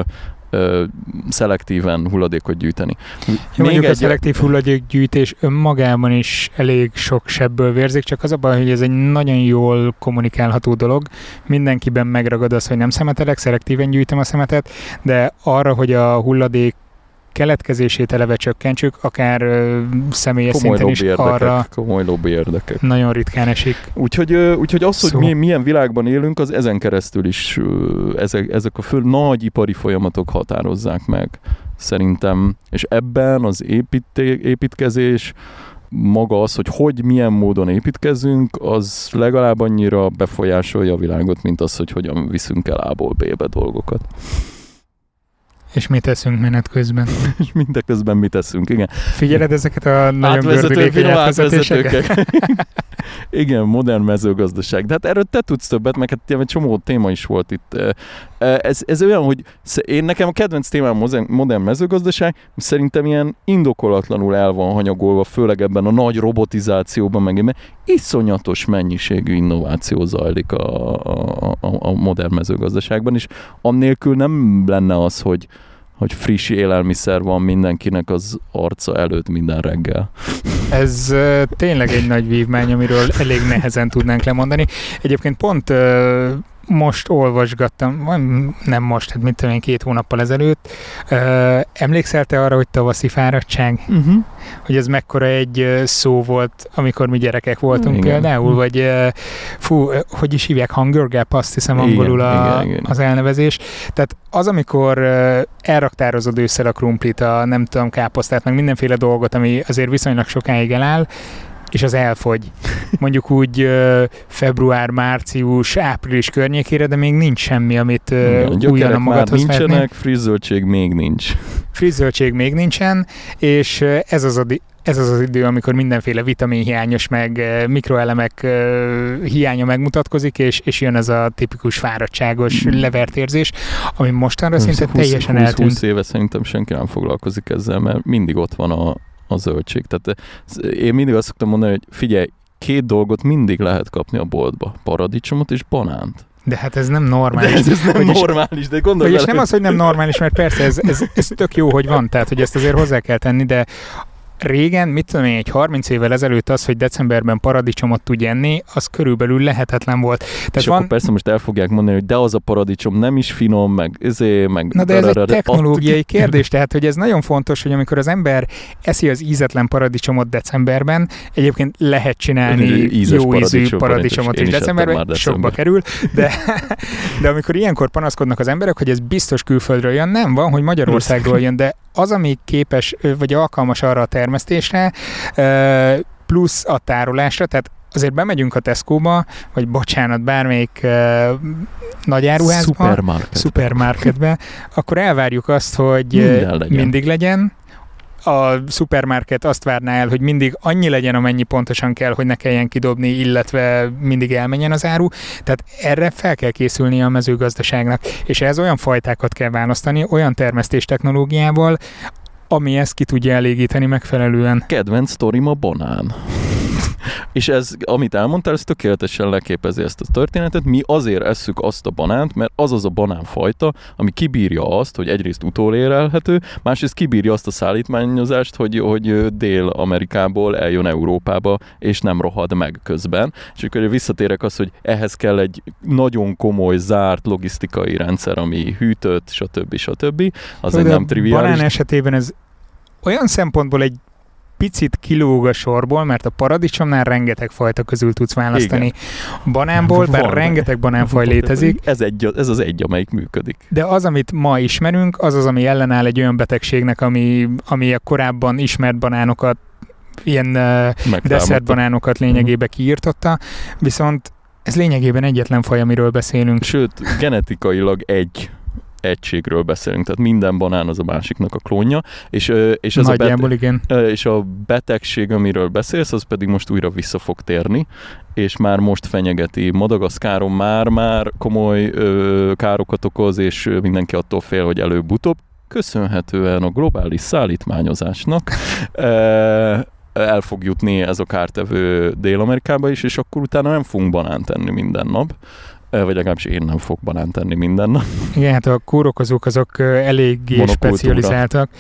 szelektíven hulladékot gyűjteni. A szelektív hulladékgyűjtés önmagában is elég sok sebből vérzik, csak az a baj, hogy ez egy nagyon jól kommunikálható dolog. Mindenkiben megragad az, hogy nem szemetelek, szelektíven gyűjtöm a szemetet, de arra, hogy a hulladék keletkezését eleve csökkentsük, akár személyes szinten is arra komoly lobby érdekek. Nagyon ritkán esik. Úgyhogy az, hogy milyen világban élünk, az ezen keresztül is ezek a nagy ipari folyamatok határozzák meg szerintem. És ebben az építkezés, maga az, hogy milyen módon építkezünk, az legalább annyira befolyásolja a világot, mint az, hogy hogyan viszünk el A-ból B-be dolgokat. És mit teszünk menet közben? És mindeközben mit teszünk, igen. Figyeled ezeket a nagyon gördülékeny átvezetéseket? Igen, modern mezőgazdaság. De hát erről te tudsz többet, meg hát egy csomó téma is volt itt. Ez olyan, hogy nekem a kedvenc témám modern mezőgazdaság, szerintem ilyen indokolatlanul el van hanyagolva, főleg ebben a nagy robotizációban, meg iszonyatos mennyiségű innováció zajlik a modern mezőgazdaságban, és annélkül nem lenne az, hogy friss élelmiszer van mindenkinek az arca előtt minden reggel. Ez tényleg egy nagy vívmány, amiről elég nehezen tudnánk lemondani. Egyébként pont most olvasgattam, nem most, hát mit tudom én, 2 hónappal ezelőtt. Emlékszel te arra, hogy tavaszi fáradtság? Hogy ez mekkora egy szó volt, amikor mi gyerekek voltunk például, vagy hogy is hívják, Hunger Gap, azt hiszem angolul az elnevezés. Tehát az, amikor elraktározod ősszel a krumplit, nem tudom, káposztát, meg mindenféle dolgot, ami azért viszonylag sokáig eláll, és az elfogy. Mondjuk úgy február, március, április környékére, de még nincs semmi, amit újonnan magadhoz már nincsenek, frisszöltség még nincs. Frisszöltség még nincsen, és ez az az idő, amikor mindenféle vitaminhiányos, meg mikroelemek hiánya megmutatkozik, és jön ez a tipikus fáradtságos levert érzés, ami mostanra szinte teljesen eltűnt. 20 éve szerintem senki nem foglalkozik ezzel, mert mindig ott van a zöldség. Tehát én mindig azt szoktam mondani, hogy figyelj, 2 dolgot mindig lehet kapni a boltba. Paradicsomot és banánt. De hát ez nem normális. De ez nem normális, de gondolj és nem az, hogy nem normális, mert persze ez tök jó, hogy van, tehát hogy ezt azért hozzá kell tenni, de régen, mit tudom én, egy 30 évvel ezelőtt az, hogy decemberben paradicsomot tudj enni, az körülbelül lehetetlen volt. Tehát és akkor persze most el fogják mondani, hogy de az a paradicsom nem is finom, meg. Na de ez egy technológiai kérdés, tehát hogy ez nagyon fontos, hogy amikor az ember eszi az ízetlen paradicsomot decemberben, egyébként lehet csinálni jó ízű paradicsomot is decemberben, sokba kerül, de amikor ilyenkor panaszkodnak az emberek, hogy ez biztos külföldről jön, nem van, hogy Magyarországról jön, de az, ami képes, vagy alkalmas arra a termesztésre, plusz a tárolásra, tehát azért bemegyünk a Tesco-ba, vagy bocsánat, bármelyik nagy áruházba, szupermarketbe, akkor elvárjuk azt, hogy mindig legyen. A szupermarket azt várná el, hogy mindig annyi legyen, amennyi pontosan kell, hogy ne kelljen kidobni, illetve mindig elmenjen az áru. Tehát erre fel kell készülnie a mezőgazdaságnak, és ehhez olyan fajtákat kell választani, olyan termesztés technológiával, ami ezt ki tudja elégíteni megfelelően. Kedvenc sztorim a banán. És ez, amit elmondtál, ez tökéletesen leképezi ezt a történetet. Mi azért esszük azt a banánt, mert az a banánfajta, ami kibírja azt, hogy egyrészt utolérelhető, másrészt kibírja azt a szállítmányozást, hogy Dél-Amerikából eljön Európába, és nem rohad meg közben. És akkor visszatérek az, hogy ehhez kell egy nagyon komoly, zárt logisztikai rendszer, ami hűtött, stb. Az egy nem triviális. Banán esetében ez olyan szempontból egy picit kilóg a sorból, mert a paradicsomnál rengeteg fajta közül tudsz választani. Igen. Banánból, bár rengeteg banánfaj létezik. Ez az egy, amelyik működik. De az, amit ma ismerünk, az, ami ellenáll egy olyan betegségnek, ami a korábban ismert banánokat, ilyen desszertbanánokat lényegében kiírtotta, viszont ez lényegében egyetlen faj, amiről beszélünk. Sőt, genetikailag egy egységről beszélünk, tehát minden banán az a másiknak a klónja, és és a betegség, amiről beszélsz, az pedig most újra vissza fog térni, és már most fenyegeti. Madagaszkáron már komoly károkat okoz, és mindenki attól fél, hogy előbb-utóbb, köszönhetően a globális szállítmányozásnak el fog jutni ez a kártevő Dél-Amerikába is, és akkor utána nem fogunk banánt enni minden nap, vagy legalábbis én nem fogok banánt tenni minden nap. Igen, hát a kórokozók azok eléggé specializáltak.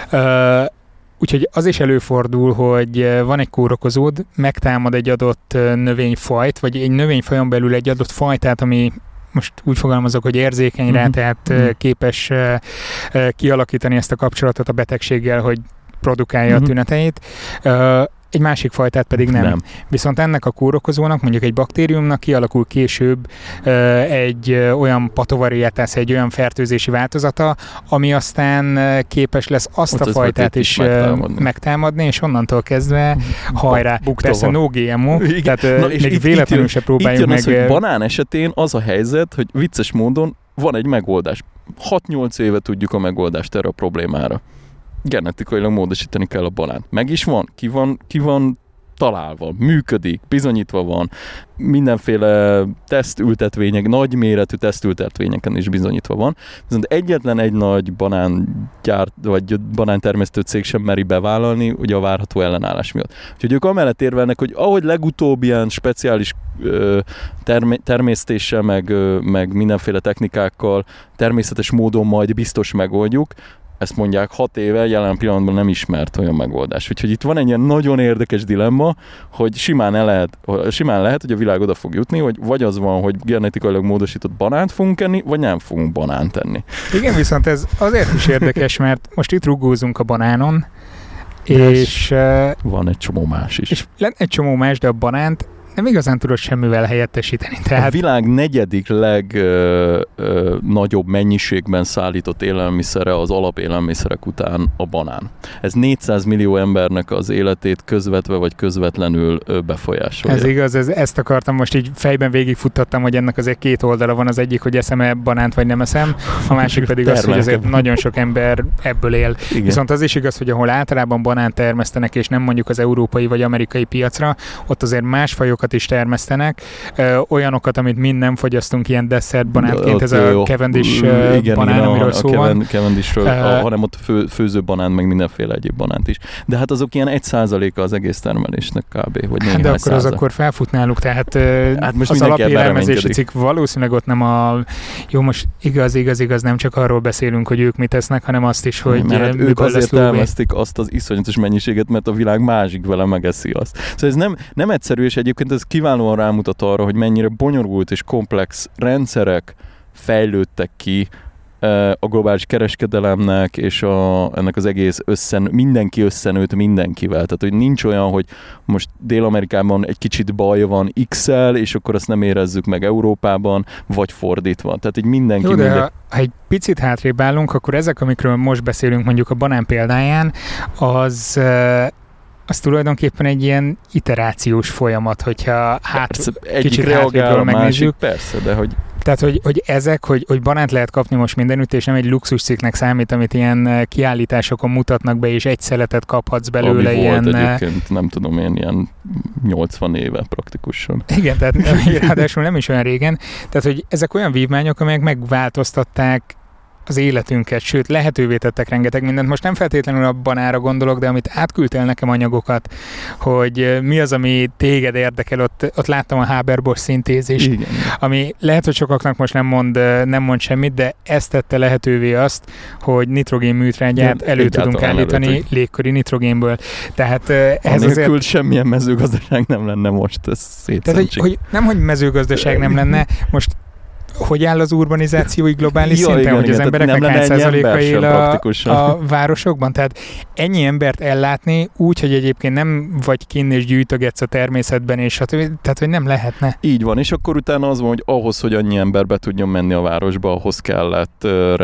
Úgyhogy az is előfordul, hogy van egy kórokozód, megtámad egy adott növényfajt, vagy egy növényfajon belül egy adott fajtát, ami most úgy fogalmazok, hogy érzékeny rá, tehát képes kialakítani ezt a kapcsolatot a betegséggel, hogy produkálja a tüneteit. Egy másik fajtát pedig nem. Viszont ennek a kórokozónak, mondjuk egy baktériumnak kialakul később egy olyan patovariátás, egy olyan fertőzési változata, ami aztán képes lesz azt a fajtát is megtámadni, és onnantól kezdve hajrá. Persze no GMO, tehát még véletlenül se próbáljuk meg. Hogy banán esetén az a helyzet, hogy vicces módon van egy megoldás. 6-8 éve tudjuk a megoldást erre a problémára. Genetikailag módosítani kell a banánt. Meg is van, ki van találva, működik, bizonyítva van, mindenféle tesztültetvények, nagyméretű tesztültetvényeken is bizonyítva van. Viszont egyetlen egy nagy banángyárt, vagy banántermesztő cég sem meri bevállalni, ugye a várható ellenállás miatt. Úgyhogy ők amellett érvelnek, hogy ahogy legutóbb ilyen speciális termesztéssel, meg mindenféle technikákkal, természetes módon majd biztos megoldjuk, ezt mondják 6 éve, jelen pillanatban nem ismert olyan megoldás. Úgyhogy itt van egy ilyen nagyon érdekes dilemma, hogy simán lehet, hogy a világ oda fog jutni, hogy vagy az van, hogy genetikailag módosított banánt fogunk enni, vagy nem fogunk banánt enni. Igen, viszont ez azért is érdekes, mert most itt rugózunk a banánon, és van egy csomó más is. És egy csomó más, de a banánt nem igazán tudod semmivel helyettesíteni. Tehát... A világ negyedik legnagyobb mennyiségben szállított élelmiszere az alapélelmiszerek után a banán. Ez 400 millió embernek az életét közvetve vagy közvetlenül befolyásolja. Ez igaz, ezt akartam most így fejben végigfuttattam, hogy ennek azért két oldala van. Az egyik, hogy eszem-e banánt vagy nem eszem, a másik pedig az, hogy azért nagyon sok ember ebből él. Igen. Viszont az is igaz, hogy ahol általában banánt termesztenek, és nem mondjuk az európai vagy amerikai piacra, ott azért más fajokat is termesztenek, olyanokat, amit mind nem fogyasztunk, ilyen desszert banánként, ez a Cavendish banán, amiről szó van. Cavendishről, hanem ott főző banán, meg mindenféle egyéb banánt is. De hát azok ilyen 1%-a az egész termelésnek kb. Vagy néhány de akkor az akkor felfut náluk, tehát hát most az alapélelmezési cikk valószínűleg ott nem a... Jó, most igaz, nem csak arról beszélünk, hogy ők mit tesznek, hanem azt is, hogy hát ők azért termesztik azt az iszonyatos mennyiséget, mert a világ másik vele megeszi azt. Szóval ez nem egyszerű, és egyébként ez kiválóan rámutat arra, hogy mennyire bonyolult és komplex rendszerek fejlődtek ki a globális kereskedelemnek, és ennek az egész mindenki összenőtt mindenkivel. Tehát, hogy nincs olyan, hogy most Dél-Amerikában egy kicsit baj van X-el, és akkor azt nem érezzük meg Európában, vagy fordítva. Tehát így mindenki... Jó, de ha egy picit hátrébb állunk, akkor ezek, amikről most beszélünk, mondjuk a banán példáján, az tulajdonképpen egy ilyen iterációs folyamat, hogyha kicsit hátrébbről megnézzük. Persze, de hogy... Tehát, hogy ezek, hogy banánt lehet kapni most mindenütt, és nem egy luxuscikknek számít, amit ilyen kiállításokon mutatnak be, és egy szeletet kaphatsz belőle. Ami volt egyébként, nem tudom én, ilyen 80 éve praktikusan. Igen, tehát ráadásul nem is olyan régen. Tehát, hogy ezek olyan vívmányok, amelyek megváltoztatták az életünket, sőt, lehetővé tettek rengeteg mindent. Most nem feltétlenül a banára gondolok, de amit átküldtél nekem anyagokat, hogy mi az, ami téged érdekel, ott láttam a Haber-Bosch szintézist, igen. Ami lehet, hogy sokaknak most nem mond semmit, de ez tette lehetővé azt, hogy nitrogén műtrágyát elő tudunk állítani légköri nitrogénből. Tehát ez azért... semmilyen mezőgazdaság nem lenne most, ez szétszentsék. Tehát, hogy nem, hogy mezőgazdaság nem lenne, most hogy áll az urbanizációi globális szinten, igen, hogy az embereknek hány százaléka él a városokban? Tehát ennyi embert ellátni úgy, hogy egyébként nem vagy kinn és gyűjtögetsz a természetben, és tehát, hogy nem lehetne. Így van, és akkor utána az van, hogy ahhoz, hogy annyi ember be tudjon menni a városba, ahhoz kellett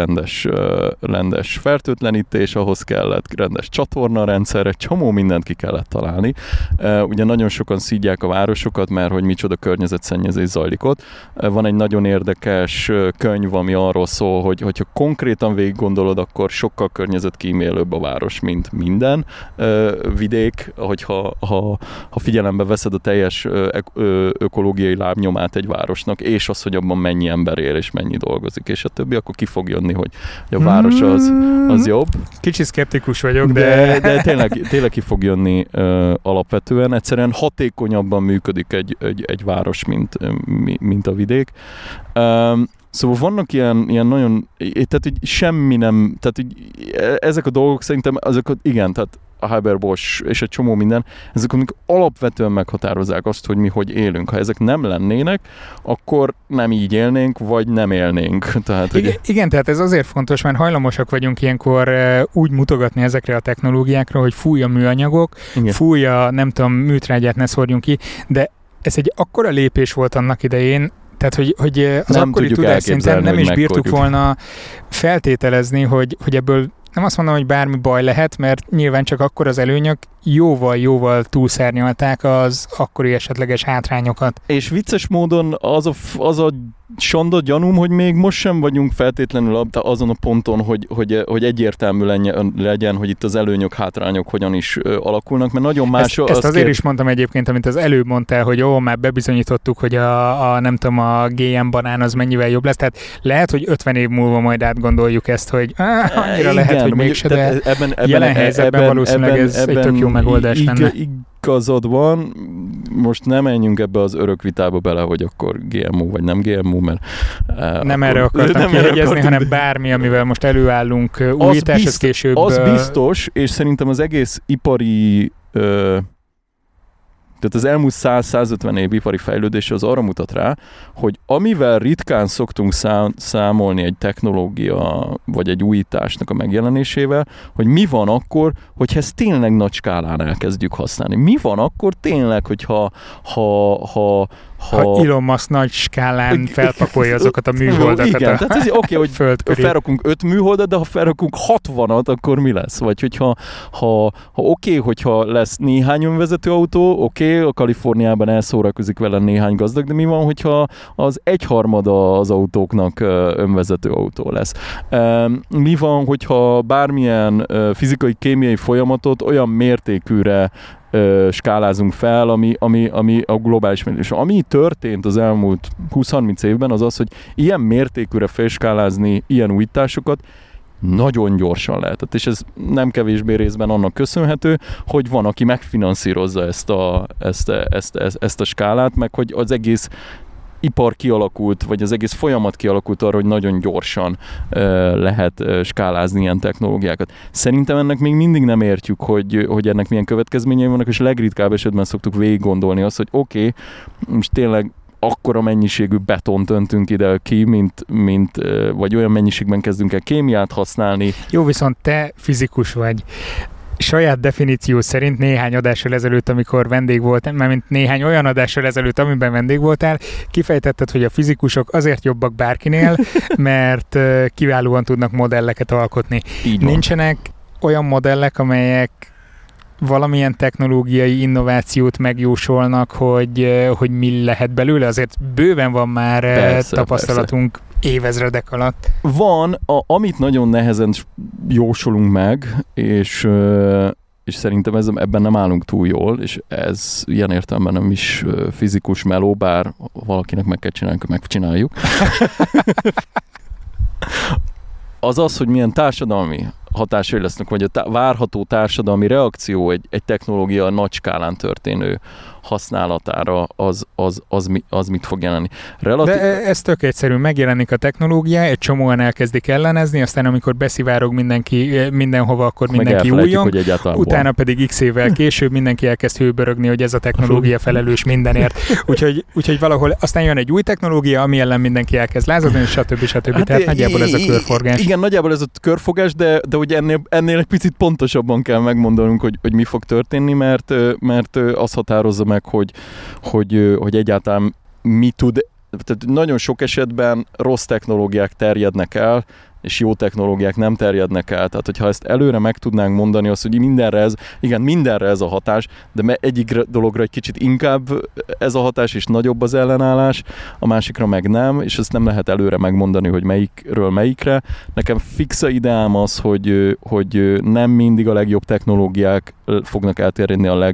rendes fertőtlenítés, ahhoz kellett rendes csatornarendszer, egy csomó mindent ki kellett találni. Ugye nagyon sokan szídják a városokat, mert hogy micsoda környezetszennyezés zajlik ott. Van egy nagyon érdekes könyv, ami arról szól, hogy hogyha konkrétan végig gondolod, akkor sokkal környezetkímélőbb a város, mint minden vidék, ha figyelembe veszed a teljes ökológiai lábnyomát egy városnak, és az, hogy abban mennyi ember él, és mennyi dolgozik, és a többi, akkor ki fog jönni, hogy a város az jobb. Kicsit szkeptikus vagyok, de tényleg ki fog jönni alapvetően. Egyszerűen hatékonyabban működik egy város, mint a vidék. Szóval vannak ilyen nagyon, tehát így semmi nem, tehát így, ezek a dolgok szerintem, igen, tehát a Haber-Bosch és egy csomó minden, ezek amik alapvetően meghatározzák azt, hogy mi hogy élünk. Ha ezek nem lennének, akkor nem így élnénk, vagy nem élnénk. Tehát, igen, tehát ez azért fontos, mert hajlamosak vagyunk ilyenkor úgy mutogatni ezekre a technológiákra, hogy fúj a műanyagok, fúj a, nem tudom, műtrágyát ne szórjunk ki, de ez egy akkora lépés volt annak idején, tehát, hogy az akkori tudásszinten nem is bírtuk volna feltételezni, hogy ebből nem azt mondom, hogy bármi baj lehet, mert nyilván csak akkor az előnyök jóval túlszárnyalták az akkori esetleges hátrányokat. És vicces módon az a sonda gyanúm, hogy még most sem vagyunk feltétlenül azon a ponton, hogy egyértelmű legyen, hogy itt az előnyök, hátrányok hogyan is alakulnak, mert nagyon más... Ezt azért is mondtam egyébként, amit az előbb mondtál, hogy már bebizonyítottuk, hogy nem tudom, a GM banán az mennyivel jobb lesz, tehát lehet, hogy 50 év múlva majd átgondoljuk ezt, hogy annyira lehet, hogy mégse, de jelen helyzetben valószínűleg ez egy tök jó megoldás lenne. Igazad van, most nem menjünk ebbe az örök vitába bele, hogy akkor GMO vagy nem GMO, mert... Nem erre akartam kihegyezni, hanem bármi, amivel most előállunk újítás, az később... Az biztos, és szerintem az egész ipari Tehát az elmúlt 100-150 év ipari fejlődése az arra mutat rá, hogy amivel ritkán szoktunk számolni egy technológia vagy egy újításnak a megjelenésével, hogy mi van akkor, hogyha ezt tényleg nagy skálán elkezdjük használni. Mi van akkor tényleg, hogyha ha Elon Musk nagy skálán felpakolja azokat a műholdakat. Igen, tehát ez oké, hogy felrakunk 5 műholdat, de ha felrakunk 60-at, akkor mi lesz? Vagy hogyha hogyha lesz néhány önvezető autó, a Kaliforniában elszórakozik vele néhány gazdag, de mi van, hogyha az 1/3 az autóknak önvezető autó lesz? Mi van, hogyha bármilyen fizikai, kémiai folyamatot olyan mértékűre skálázunk fel, ami a globális mérés. Ami történt az elmúlt 20-30 évben az az, hogy ilyen mértékűre felskálázni ilyen újításokat nagyon gyorsan lehetett, és ez nem kevésbé részben annak köszönhető, hogy van, aki megfinanszírozza ezt a skálát, meg hogy az egész ipar kialakult, vagy az egész folyamat kialakult arra, hogy nagyon gyorsan lehet skálázni ilyen technológiákat. Szerintem ennek még mindig nem értjük, hogy ennek milyen következményei vannak, és legritkább esetben szoktuk végig gondolni azt, hogy oké, most tényleg akkora mennyiségű betont öntünk ide ki, vagy olyan mennyiségben kezdünk el kémiát használni. Jó, viszont te fizikus vagy. Saját definíció szerint néhány adással ezelőtt, amikor vendég voltál, mármint néhány olyan adással ezelőtt, amiben vendég voltál, kifejtetted, hogy a fizikusok azért jobbak bárkinél, mert kiválóan tudnak modelleket alkotni. Nincsenek olyan modellek, amelyek valamilyen technológiai innovációt megjósolnak, hogy mi lehet belőle? Azért bőven van már tapasztalatunk évezredek alatt. Van, amit nagyon nehezen jósolunk meg, és szerintem ebben nem állunk túl jól, és ez ilyen értelemben nem is fizikus meló, bár valakinek meg kell csinálni, akkor megcsináljuk. Az, hogy milyen társadalmi hatásai lesznek, vagy a várható társadalmi reakció egy technológia nagy skálán történő használatára, az mit fog jelenni. De ez tök egyszerű, megjelenik a technológia, egy csomóan elkezdik ellenezni, aztán amikor beszivárog mindenki mindenhova, akkor mindenki újjong, utána pedig x évvel később mindenki elkezd hőbörögni, hogy ez a technológia felelős mindenért. Úgyhogy valahol aztán jön egy új technológia, ami ellen mindenki elkezd lázadni, és stb. Hát tehát nagyjából ez a körforgás. Igen, nagyjából ez a körforgás, de ugye ennél egy picit pontosabban kell megmondanunk, hogy mi fog történni, mert az határozza meg, hogy egyáltalán mi tud, tehát nagyon sok esetben rossz technológiák terjednek el, és jó technológiák nem terjednek el. Tehát, hogyha ezt előre meg tudnánk mondani, azt, hogy mindenre ez a hatás, de egyik dologra egy kicsit inkább ez a hatás, és nagyobb az ellenállás, a másikra meg nem, és ezt nem lehet előre megmondani, hogy melyikről melyikre. Nekem fixa ideám az, hogy nem mindig a legjobb technológiák fognak elterjedni a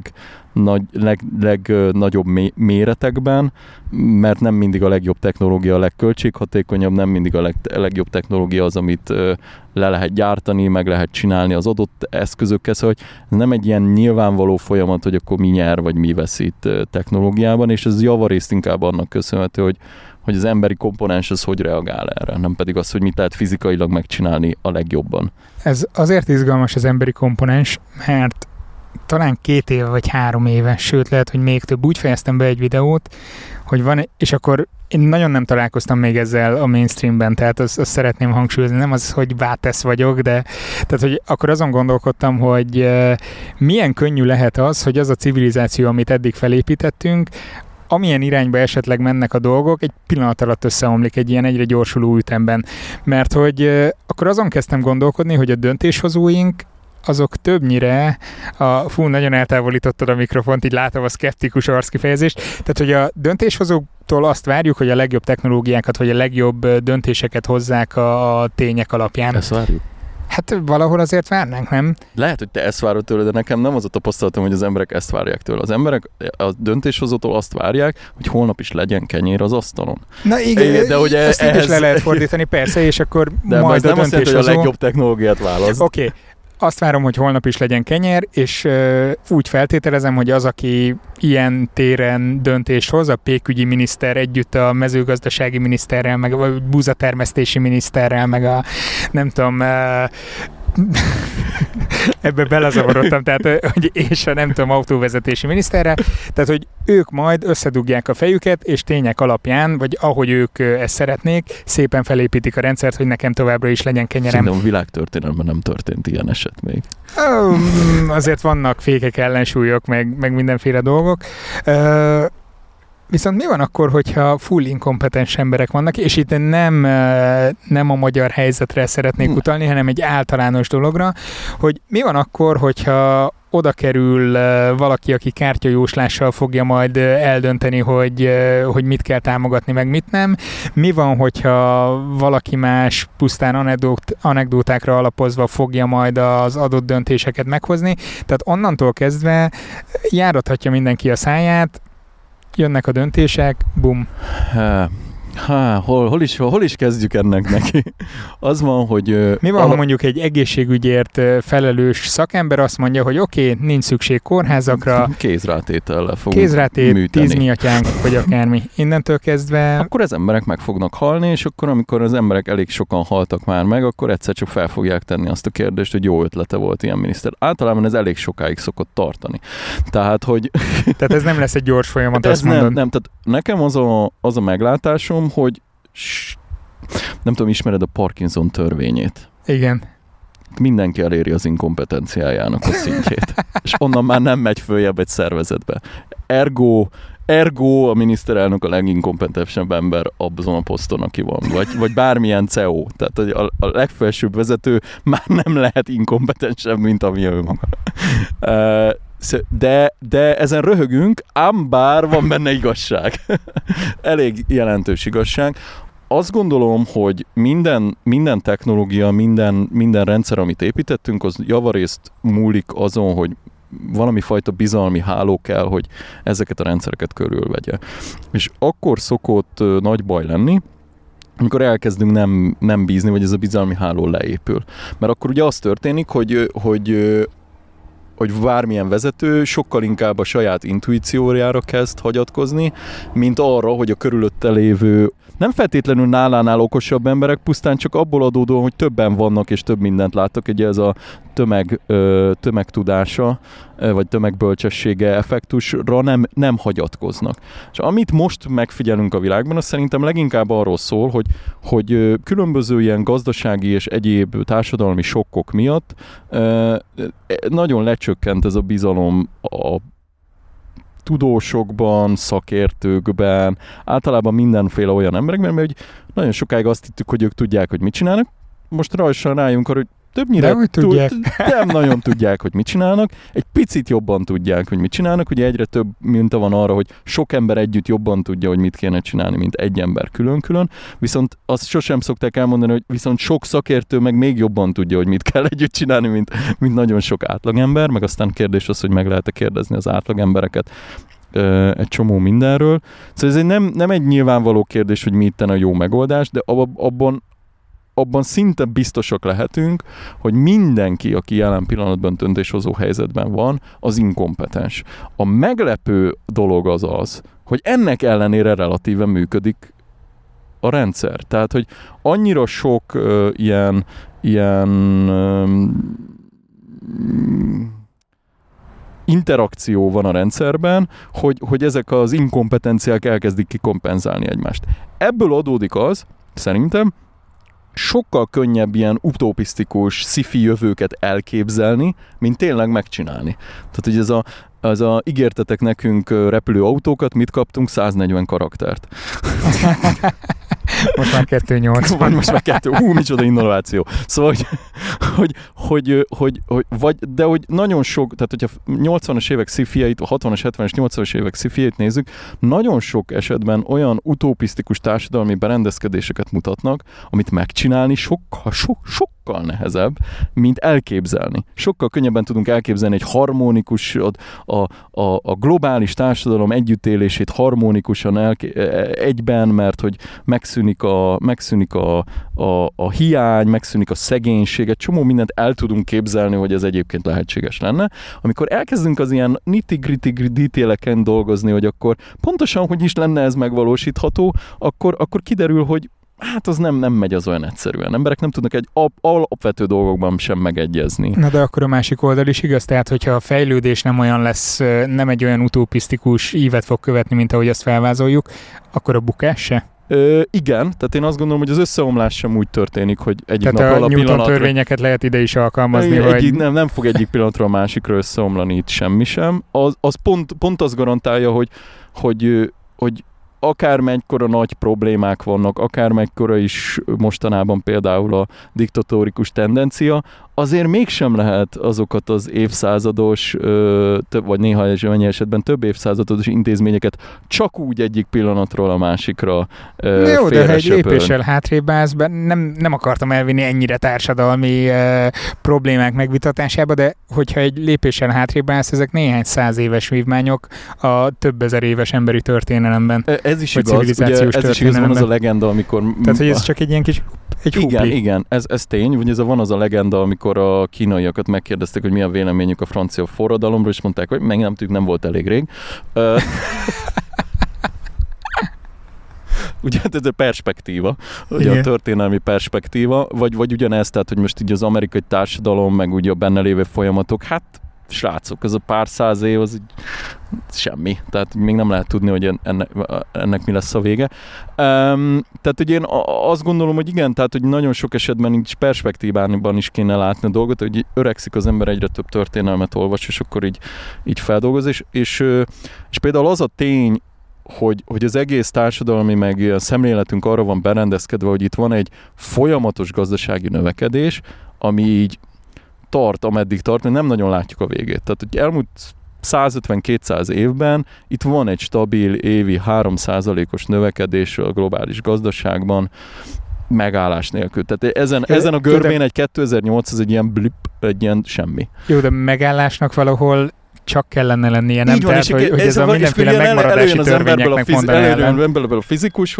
legnagyobb méretekben, mert nem mindig a legjobb technológia a legköltséghatékonyabb, nem mindig a legjobb technológia az, amit le lehet gyártani, meg lehet csinálni az adott eszközökkel, szóval nem egy ilyen nyilvánvaló folyamat, hogy akkor mi nyer, vagy mi veszít technológiában, és ez javarészt inkább annak köszönhető, hogy az emberi komponens az hogy reagál erre, nem pedig az, hogy mit lehet fizikailag megcsinálni a legjobban. Ez azért izgalmas az emberi komponens, mert talán 2 éve vagy 3 éve, sőt lehet, hogy még több, úgy fejeztem be egy videót, hogy van, és akkor én nagyon nem találkoztam még ezzel a mainstreamben, tehát azt szeretném hangsúlyozni, nem az, hogy vátesz vagyok, de tehát, hogy akkor azon gondolkodtam, hogy milyen könnyű lehet az, hogy az a civilizáció, amit eddig felépítettünk, amilyen irányba esetleg mennek a dolgok, egy pillanat alatt összeomlik egy ilyen egyre gyorsuló ütemben. Mert hogy akkor azon kezdtem gondolkodni, hogy a döntéshozóink azok többnyire nagyon eltávolítottad a mikrofont, így látom a szkeptikus arckifejezést, tehát hogy a döntéshozóktól azt várjuk, hogy a legjobb technológiákat, vagy a legjobb döntéseket hozzák a tények alapján. Ezt várjuk? Hát valahol azért várnánk, nem? Lehet, hogy te ezt várod tőle, de nekem nem az a tapasztalatom, hogy az emberek ezt várják tőle. Az emberek a döntéshozótól azt várják, hogy holnap is legyen kenyér az asztalon. Na igen, de ugye ezt is le lehet fordítani, persze, és akkor de majd a nem azt jelenti, hogy a legjobb technológiát választ. Oké. Azt várom, hogy holnap is legyen kenyér, és úgy feltételezem, hogy az, aki ilyen téren döntés hoz, a pékügyi miniszter együtt a mezőgazdasági miniszterrel, meg a búzatermesztési miniszterrel, meg a nem tudom, Ebbe belezavarodtam, tehát hogy és a nem tudom, autóvezetési miniszterre, tehát hogy ők majd összedugják a fejüket, és tények alapján, vagy ahogy ők ezt szeretnék, szépen felépítik a rendszert, hogy nekem továbbra is legyen kenyerem. Szerintem a világtörténelemben nem történt ilyen eset még. Azért vannak fékek, ellensúlyok, meg mindenféle dolgok. Viszont mi van akkor, hogyha full inkompetens emberek vannak, és itt nem a magyar helyzetre szeretnék utalni, hanem egy általános dologra, hogy mi van akkor, hogyha oda kerül valaki, aki kártyajóslással fogja majd eldönteni, hogy mit kell támogatni, meg mit nem. Mi van, hogyha valaki más pusztán anekdótákra alapozva fogja majd az adott döntéseket meghozni. Tehát onnantól kezdve járathatja mindenki a száját, jönnek a döntések, bum. Hol is kezdjük ennek neki? Az van, hogy... Mi van, ha mondjuk egy egészségügyért felelős szakember azt mondja, hogy oké, nincs szükség kórházakra. Kézrátétellel fogunk műteni. 10 miatyánk, vagy akármi. Innentől kezdve... Akkor az emberek meg fognak halni, és akkor, amikor az emberek elég sokan haltak már meg, akkor egyszer csak fel fogják tenni azt a kérdést, hogy jó ötlete volt ilyen miniszter. Általában ez elég sokáig szokott tartani. Tehát, hogy... Tehát ez nem lesz egy gyors folyamat, azt mondod. Nem, tehát nekem az a meglátásom, hogy nem tudom, ismered a Parkinson törvényét? Igen. Mindenki eléri az inkompetenciájának a szintjét. És onnan már nem megy följebb egy szervezetbe. Ergo a miniszterelnök a leginkompetensebb ember abban a poszton, aki van. Vagy bármilyen CEO. Tehát a legfelsőbb vezető már nem lehet inkompetensebb, mint ami ő maga. De ezen röhögünk, ám bár van benne igazság. Elég jelentős igazság. Azt gondolom, hogy minden technológia, minden rendszer, amit építettünk, az javarészt múlik azon, hogy valami fajta bizalmi háló kell, hogy ezeket a rendszereket körülvegye. És akkor szokott nagy baj lenni, amikor elkezdünk nem bízni, vagy ez a bizalmi háló leépül. Mert akkor ugye az történik, hogy bármilyen vezető sokkal inkább a saját intuíciójára kezd hagyatkozni, mint arra, hogy a körülötte lévő nem feltétlenül nálánál okosabb emberek, pusztán csak abból adódóan, hogy többen vannak és több mindent láttak, ugye ez a tömegtudása, vagy tömegbölcsessége effektusra nem hagyatkoznak. És amit most megfigyelünk a világban, az szerintem leginkább arról szól, hogy különböző ilyen gazdasági és egyéb társadalmi sokkok miatt nagyon lecsökkent ez a bizalom a tudósokban, szakértőkben, általában mindenféle olyan emberekben, mert nagyon sokáig azt hittük, hogy ők tudják, hogy mit csinálnak. Most rajsan rájunk arra, hogy többnyire nem nagyon tudják, hogy mit csinálnak. Egy picit jobban tudják, hogy mit csinálnak. Ugye egyre több minta van arra, hogy sok ember együtt jobban tudja, hogy mit kéne csinálni, mint egy ember külön-külön. Viszont azt sosem szokták elmondani, hogy viszont sok szakértő meg még jobban tudja, hogy mit kell együtt csinálni, mint nagyon sok átlagember. Meg aztán kérdés az, hogy meg lehet-e kérdezni az átlagembereket egy csomó mindenről. Szóval ez nem egy nyilvánvaló kérdés, hogy mi itten a jó megoldás, de abban szinte biztosak lehetünk, hogy mindenki, aki jelen pillanatban döntéshozó helyzetben van, az inkompetens. A meglepő dolog az, hogy ennek ellenére relatíven működik a rendszer. Tehát, hogy annyira sok ilyen interakció van a rendszerben, hogy ezek az inkompetenciák elkezdik kikompenzálni egymást. Ebből adódik az, szerintem, sokkal könnyebb ilyen utopisztikus sci-fi jövőket elképzelni, mint tényleg megcsinálni. Tehát, hogy ez a ígértetek nekünk repülő autókat, mit kaptunk? 140 karaktert. Most már 2.8. Most már 2. Micsoda innováció. Szóval, hogy nagyon sok, tehát hogyha 80-as évek sci-fieit, 60-as, 70-es, 80-as évek sci-fieit nézzük, nagyon sok esetben olyan utopisztikus társadalmi berendezkedéseket mutatnak, amit megcsinálni sokkal nehezebb, mint elképzelni. Sokkal könnyebben tudunk elképzelni egy harmonikus, a globális társadalom együttélését harmonikusan egyben, mert hogy megszűnik a hiány, megszűnik a szegénység, egy csomó mindent el tudunk képzelni, hogy ez egyébként lehetséges lenne. Amikor elkezdünk az ilyen nitty-gritty detaileken dolgozni, hogy akkor pontosan hogy is lenne ez megvalósítható, akkor kiderül, hát az nem megy az olyan egyszerűen. Emberek nem tudnak egy alapvető dolgokban sem megegyezni. Na de akkor a másik oldal is igaz, tehát hogyha a fejlődés nem olyan lesz, nem egy olyan utopisztikus ívet fog követni, mint ahogy azt felvázoljuk, akkor a bukás se? Igen, tehát én azt gondolom, hogy az összeomlás sem úgy történik, hogy egyik tehát napról a pillanatra... Tehát a Newton törvényeket lehet ide is alkalmazni, hogy... Nem fog egyik pillanatról a másikra összeomlani itt semmi sem. Az pont azt garantálja, hogy akármennyikora nagy problémák vannak, akármennyikora is mostanában például a diktatórikus tendencia, azért mégsem lehet azokat az évszázados, vagy néha ennyi esetben több évszázados intézményeket csak úgy egyik pillanatról a másikra jó, de ha egy lépéssel hátrébb állsz, nem akartam elvinni ennyire társadalmi problémák megvitatásába, de hogyha egy lépéssel hátrébb állsz, ezek néhány 100 éves vívmányok a több ezer éves emberi történelemben. Ez is igaz, ugye, ez is igaz, van az a legenda, amikor... Tehát, hogy ez csak egy ilyen kis... Igen, ez tény, ugye van az a legenda, amikor a kínaiakat megkérdeztek, hogy mi a véleményük a francia forradalomról, és mondták, hogy meg nem tudjuk, nem volt elég rég. Ugye ez a perspektíva, ugye a történelmi perspektíva, vagy ugyanez, tehát, hogy most így az amerikai társadalom, meg ugye a benne lévő folyamatok, hát srácok, ez a pár száz év, az semmi. Tehát még nem lehet tudni, hogy ennek mi lesz a vége. Tehát, hogy én azt gondolom, hogy igen, tehát, hogy nagyon sok esetben így perspektívában is kéne látni a dolgot, hogy öregszik az ember, egyre több történelmet olvas, és akkor így feldolgoz, és például az a tény, hogy az egész társadalmi meg szemléletünk arra van berendezkedve, hogy itt van egy folyamatos gazdasági növekedés, ami így tart, ameddig tart, mert nem nagyon látjuk a végét. Tehát, hogy elmúlt 150-200 évben itt van egy stabil évi 3%-os növekedés a globális gazdaságban, megállás nélkül. Tehát ezen a görbén egy 2008 az egy ilyen blip, egy ilyen semmi. Jó, de megállásnak valahol csak kellene lennie, nem? Így van, tehát, hogy ez a mindenféle megmaradási törvényeknek mondaná ellen. Előjön belőle a fizikus,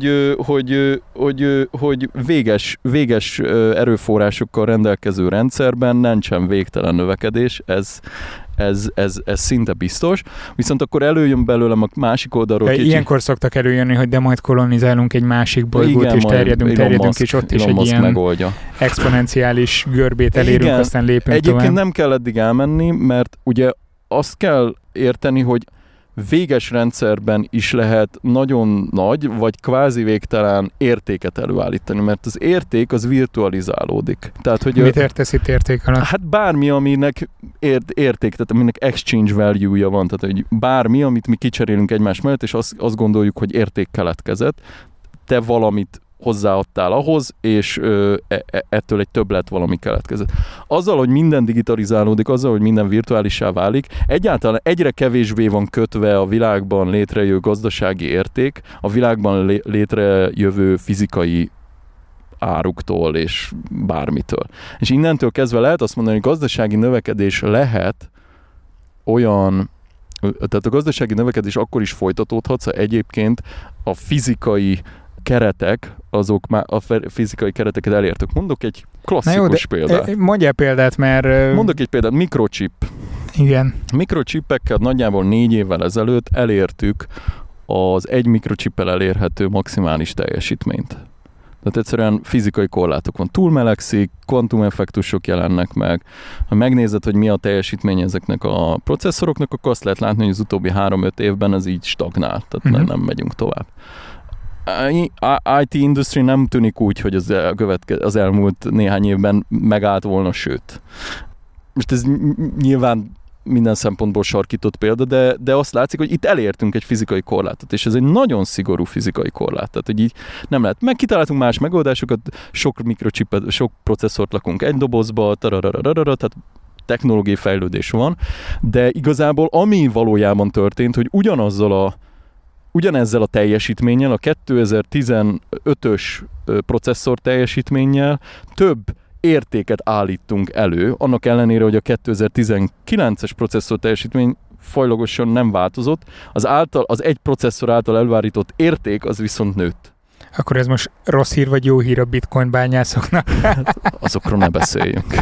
hogy véges erőforrásokkal rendelkező rendszerben nincsen végtelen növekedés, ez szinte biztos. Viszont akkor előjön belőlem a másik oldalról ilyenkor szoktak előjönni, hogy de majd kolonizálunk egy másik bolygót, és terjedünk, és ott is egy ilyen megoldja. Exponenciális görbét elérünk, aztán lépünk Egyébként tovább. Nem kell eddig elmenni, mert ugye azt kell érteni, hogy véges rendszerben is lehet nagyon nagy, vagy kvázi végtelen értéket előállítani, mert az érték az virtualizálódik. Tehát, hogy mit értesz itt érték alatt? Hát bármi, aminek érték, tehát aminek exchange value-ja van, tehát hogy bármi, amit mi kicserélünk egymás mellett, és azt gondoljuk, hogy érték keletkezett, te valamit hozzáadtál ahhoz, és ettől egy többlet valami keletkezett. Azzal, hogy minden digitalizálódik, azzal, hogy minden virtuálissá válik, egyáltalán egyre kevésbé van kötve a világban létrejövő gazdasági érték, a világban létrejövő fizikai áruktól és bármitől. És innentől kezdve lehet azt mondani, hogy gazdasági növekedés lehet olyan, tehát a gazdasági növekedés akkor is folytatódhat, ha egyébként a fizikai keretek, azok már a fizikai kereteket elértük. Mondok egy klasszikus példát. Mondjál példát, mert... Mondok egy példát, mikrochip. Igen. Mikrochippekkel nagyjából 4 évvel ezelőtt elértük az egy mikrochippel elérhető maximális teljesítményt. Tehát egyszerűen fizikai korlátok van. Túlmelegszik, kvantumeffektusok jelennek meg. Ha megnézed, hogy mi a teljesítmény ezeknek a processzoroknak, akkor azt lehet látni, hogy az utóbbi 3-5 évben ez így stagnál. Tehát nem megyünk tovább. IT industry nem tűnik úgy, hogy az elmúlt néhány évben megállt volna, sőt. Most ez nyilván minden szempontból sarkított példa, de azt látszik, hogy itt elértünk egy fizikai korlátot, és ez egy nagyon szigorú fizikai korlát. Tehát, hogy így nem lehet. Kitaláltunk más megoldásokat, sok mikrochipet, sok processzort lakunk egy dobozba, tehát technológiai fejlődés van, de igazából ami valójában történt, hogy ugyanezzel a teljesítménnyel, a 2015-ös processzor teljesítménnyel több értéket állítunk elő, annak ellenére, hogy a 2019-es processzor teljesítmény folyamatosan nem változott, az egy processzor által elvárított érték az viszont nőtt. Akkor ez most rossz hír vagy jó hír a bitcoin bányászoknak? Azokról ne beszéljünk.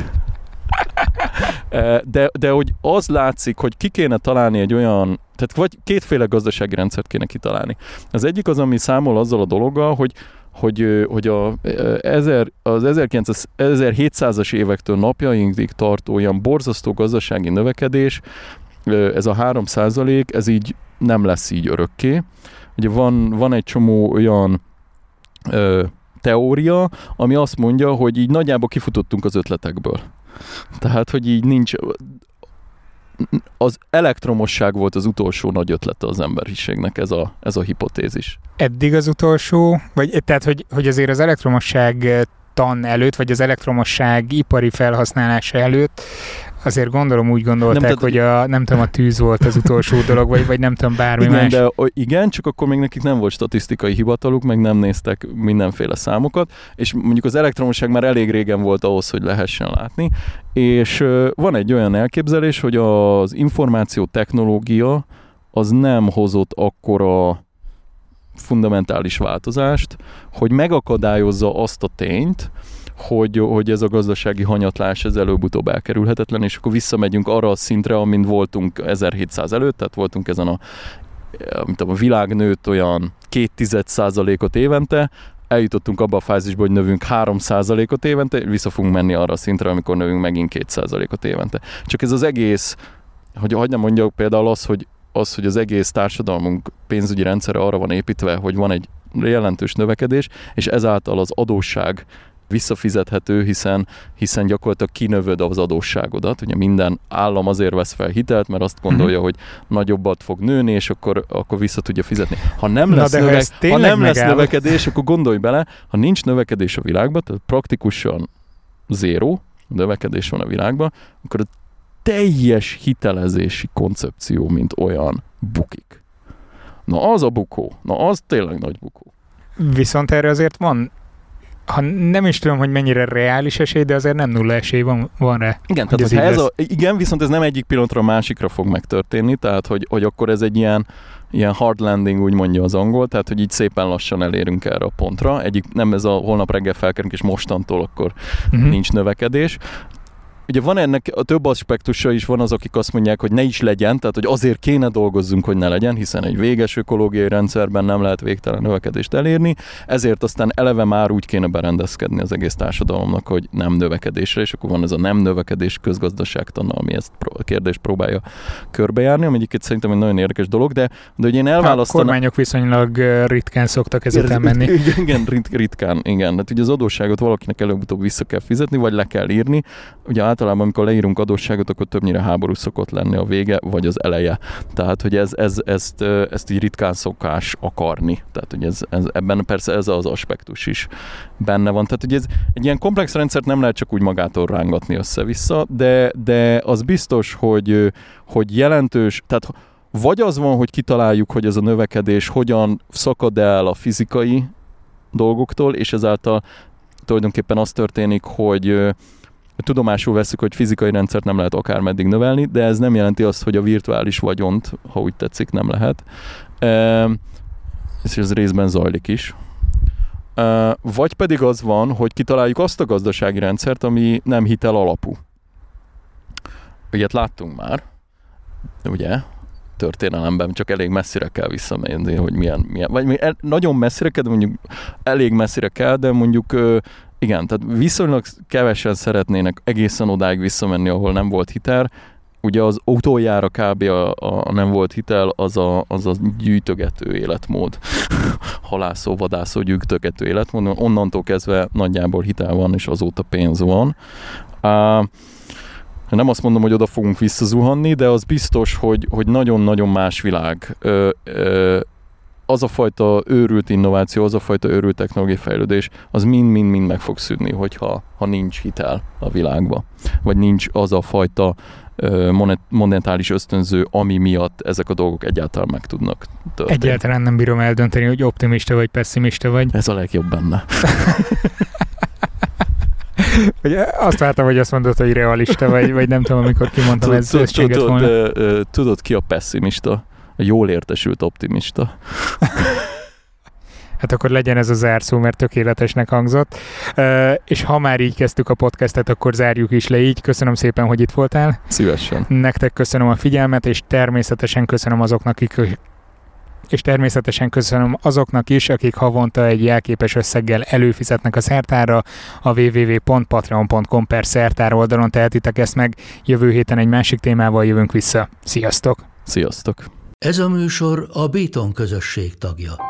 De hogy az látszik, hogy ki kéne találni egy olyan, tehát vagy kétféle gazdasági rendszert kéne kitalálni. Az egyik az, ami számol azzal a dologgal, hogy az 1700-as évektől napjainkig tartó olyan borzasztó gazdasági növekedés, ez a 3%, ez így nem lesz így örökké. Ugye van egy csomó olyan teória, ami azt mondja, hogy így nagyjából kifutottunk az ötletekből. Tehát, hogy így nincs... Az elektromosság volt az utolsó nagy ötlete az emberiségnek, ez a hipotézis. Eddig az utolsó, vagy tehát, hogy azért az elektromosság tan előtt, vagy az elektromosság ipari felhasználása előtt, azért gondolom úgy gondolták, hogy nem tudom, a tűz volt az utolsó dolog, vagy nem tudom, bármi igen, más. De igen, csak akkor még nekik nem volt statisztikai hivataluk, meg nem néztek mindenféle számokat, és mondjuk az elektromosság már elég régen volt ahhoz, hogy lehessen látni, és van egy olyan elképzelés, hogy az információ technológia az nem hozott akkora fundamentális változást, hogy megakadályozza azt a tényt, hogy ez a gazdasági hanyatlás ez előbb-utóbb elkerülhetetlen, és akkor visszamegyünk arra a szintre, amin voltunk 1700 előtt, tehát voltunk ezen a világ nőtt olyan 0,2%-ot évente, eljutottunk abba a fázisba, hogy növünk 3%-ot évente, vissza fogunk menni arra a szintre, amikor növünk megint 2%-ot évente. Csak ez az egész, hogy nem mondjak például hogy az egész társadalmunk pénzügyi rendszere arra van építve, hogy van egy jelentős növekedés, és ezáltal az adósság visszafizethető, hiszen gyakorlatilag kinövöd az adósságodat. Ugye minden állam azért vesz fel hitelt, mert azt gondolja, hogy nagyobbat fog nőni, és akkor vissza tudja fizetni. Ha nem lesz növekedés, akkor gondolj bele, ha nincs növekedés a világban, tehát praktikusan zéró növekedés van a világban, akkor a teljes hitelezési koncepció, mint olyan, bukik. Na az a bukó. Na az tényleg nagy bukó. Viszont erre azért van, ha nem is tudom, hogy mennyire reális esély, de azért nem nulla esély van rá. Igen, tehát, igen, viszont ez nem egyik pillanatra a másikra fog megtörténni, tehát hogy akkor ez egy ilyen hard landing, úgy mondja az angol, tehát hogy így szépen lassan elérünk erre a pontra. Nem ez a holnap reggel felkerünk, és mostantól akkor nincs növekedés. Ugye van ennek a több aspektusa is, van az, akik azt mondják, hogy ne is legyen, tehát hogy azért kéne dolgozzunk, hogy ne legyen, hiszen egy véges ökológiai rendszerben nem lehet végtelen növekedést elérni, ezért aztán eleve már úgy kéne berendezkedni az egész társadalomnak, hogy nem növekedésre, és akkor van ez a nem növekedés közgazdaságtana, ami ezt a kérdést próbálja körbejárni, ami egyébként szerintem egy nagyon érdekes dolog, de hogy én elválasztanám... A kormányok viszonylag ritkán szoktak ezután menni. Igen, ritkán, igen. Hát ugye az adósságot valakinek előbb-utóbb vissza kell fizetni, vagy le kell írni. Ugye általában, amikor leírunk adósságot, akkor többnyire háború szokott lenni a vége, vagy az eleje. Tehát, hogy ezt így ritkán szokás akarni. Tehát, hogy ebben persze ez az aspektus is benne van. Tehát, hogy ez egy ilyen komplex rendszert nem lehet csak úgy magától rángatni össze-vissza, de az biztos, hogy jelentős, tehát vagy az van, hogy kitaláljuk, hogy ez a növekedés hogyan szakad el a fizikai dolgoktól, és ezáltal tulajdonképpen az történik, hogy tudomásul veszük, hogy fizikai rendszert nem lehet akármeddig növelni, de ez nem jelenti azt, hogy a virtuális vagyont, ha úgy tetszik, nem lehet. És ez részben zajlik is. Vagy pedig az van, hogy kitaláljuk azt a gazdasági rendszert, ami nem hitel alapú. Ilyet láttunk már, ugye? Történelemben csak elég messzire kell visszamenni, hogy milyen vagy nagyon messzire kell, de mondjuk elég messzire kell, de mondjuk igen, tehát viszonylag kevesen szeretnének egészen odáig visszamenni, ahol nem volt hitel. Ugye az utoljára kb. A nem volt hitel, az a gyűjtögető életmód. Halászó, vadászó, gyűjtögető életmód. Onnantól kezdve nagyjából hitel van, és azóta pénz van. Nem azt mondom, hogy oda fogunk visszazuhanni, de az biztos, hogy nagyon-nagyon más világ. Az a fajta őrült innováció, az a fajta őrült technológiai fejlődés, az mind-mind meg fog szűnni, hogyha nincs hitel a világba. Vagy nincs az a fajta monetáris ösztönző, ami miatt ezek a dolgok egyáltalán meg tudnak történni. Egyáltalán nem bírom eldönteni, hogy optimista vagy pessimista vagy. Ez a legjobb benne. Azt vártam, hogy azt mondod, hogy realista vagy nem tudom, amikor kimondtam, ez segít volna. Tudod, ki a pessimista? A jól értesült optimista. Hát akkor legyen ez a zárszó, mert tökéletesnek hangzott. És ha már így kezdtük a podcastet, akkor zárjuk is le így. Köszönöm szépen, hogy itt voltál. Szívesen. Nektek köszönöm a figyelmet, és természetesen köszönöm azoknak, És természetesen köszönöm azoknak is, akik havonta egy jelképes összeggel előfizetnek a szertárra. A www.patreon.com/szertár oldalon tehetitek ezt meg. Jövő héten egy másik témával jövünk vissza. Sziasztok! Sziasztok! Ez a műsor a Béton közösség tagja.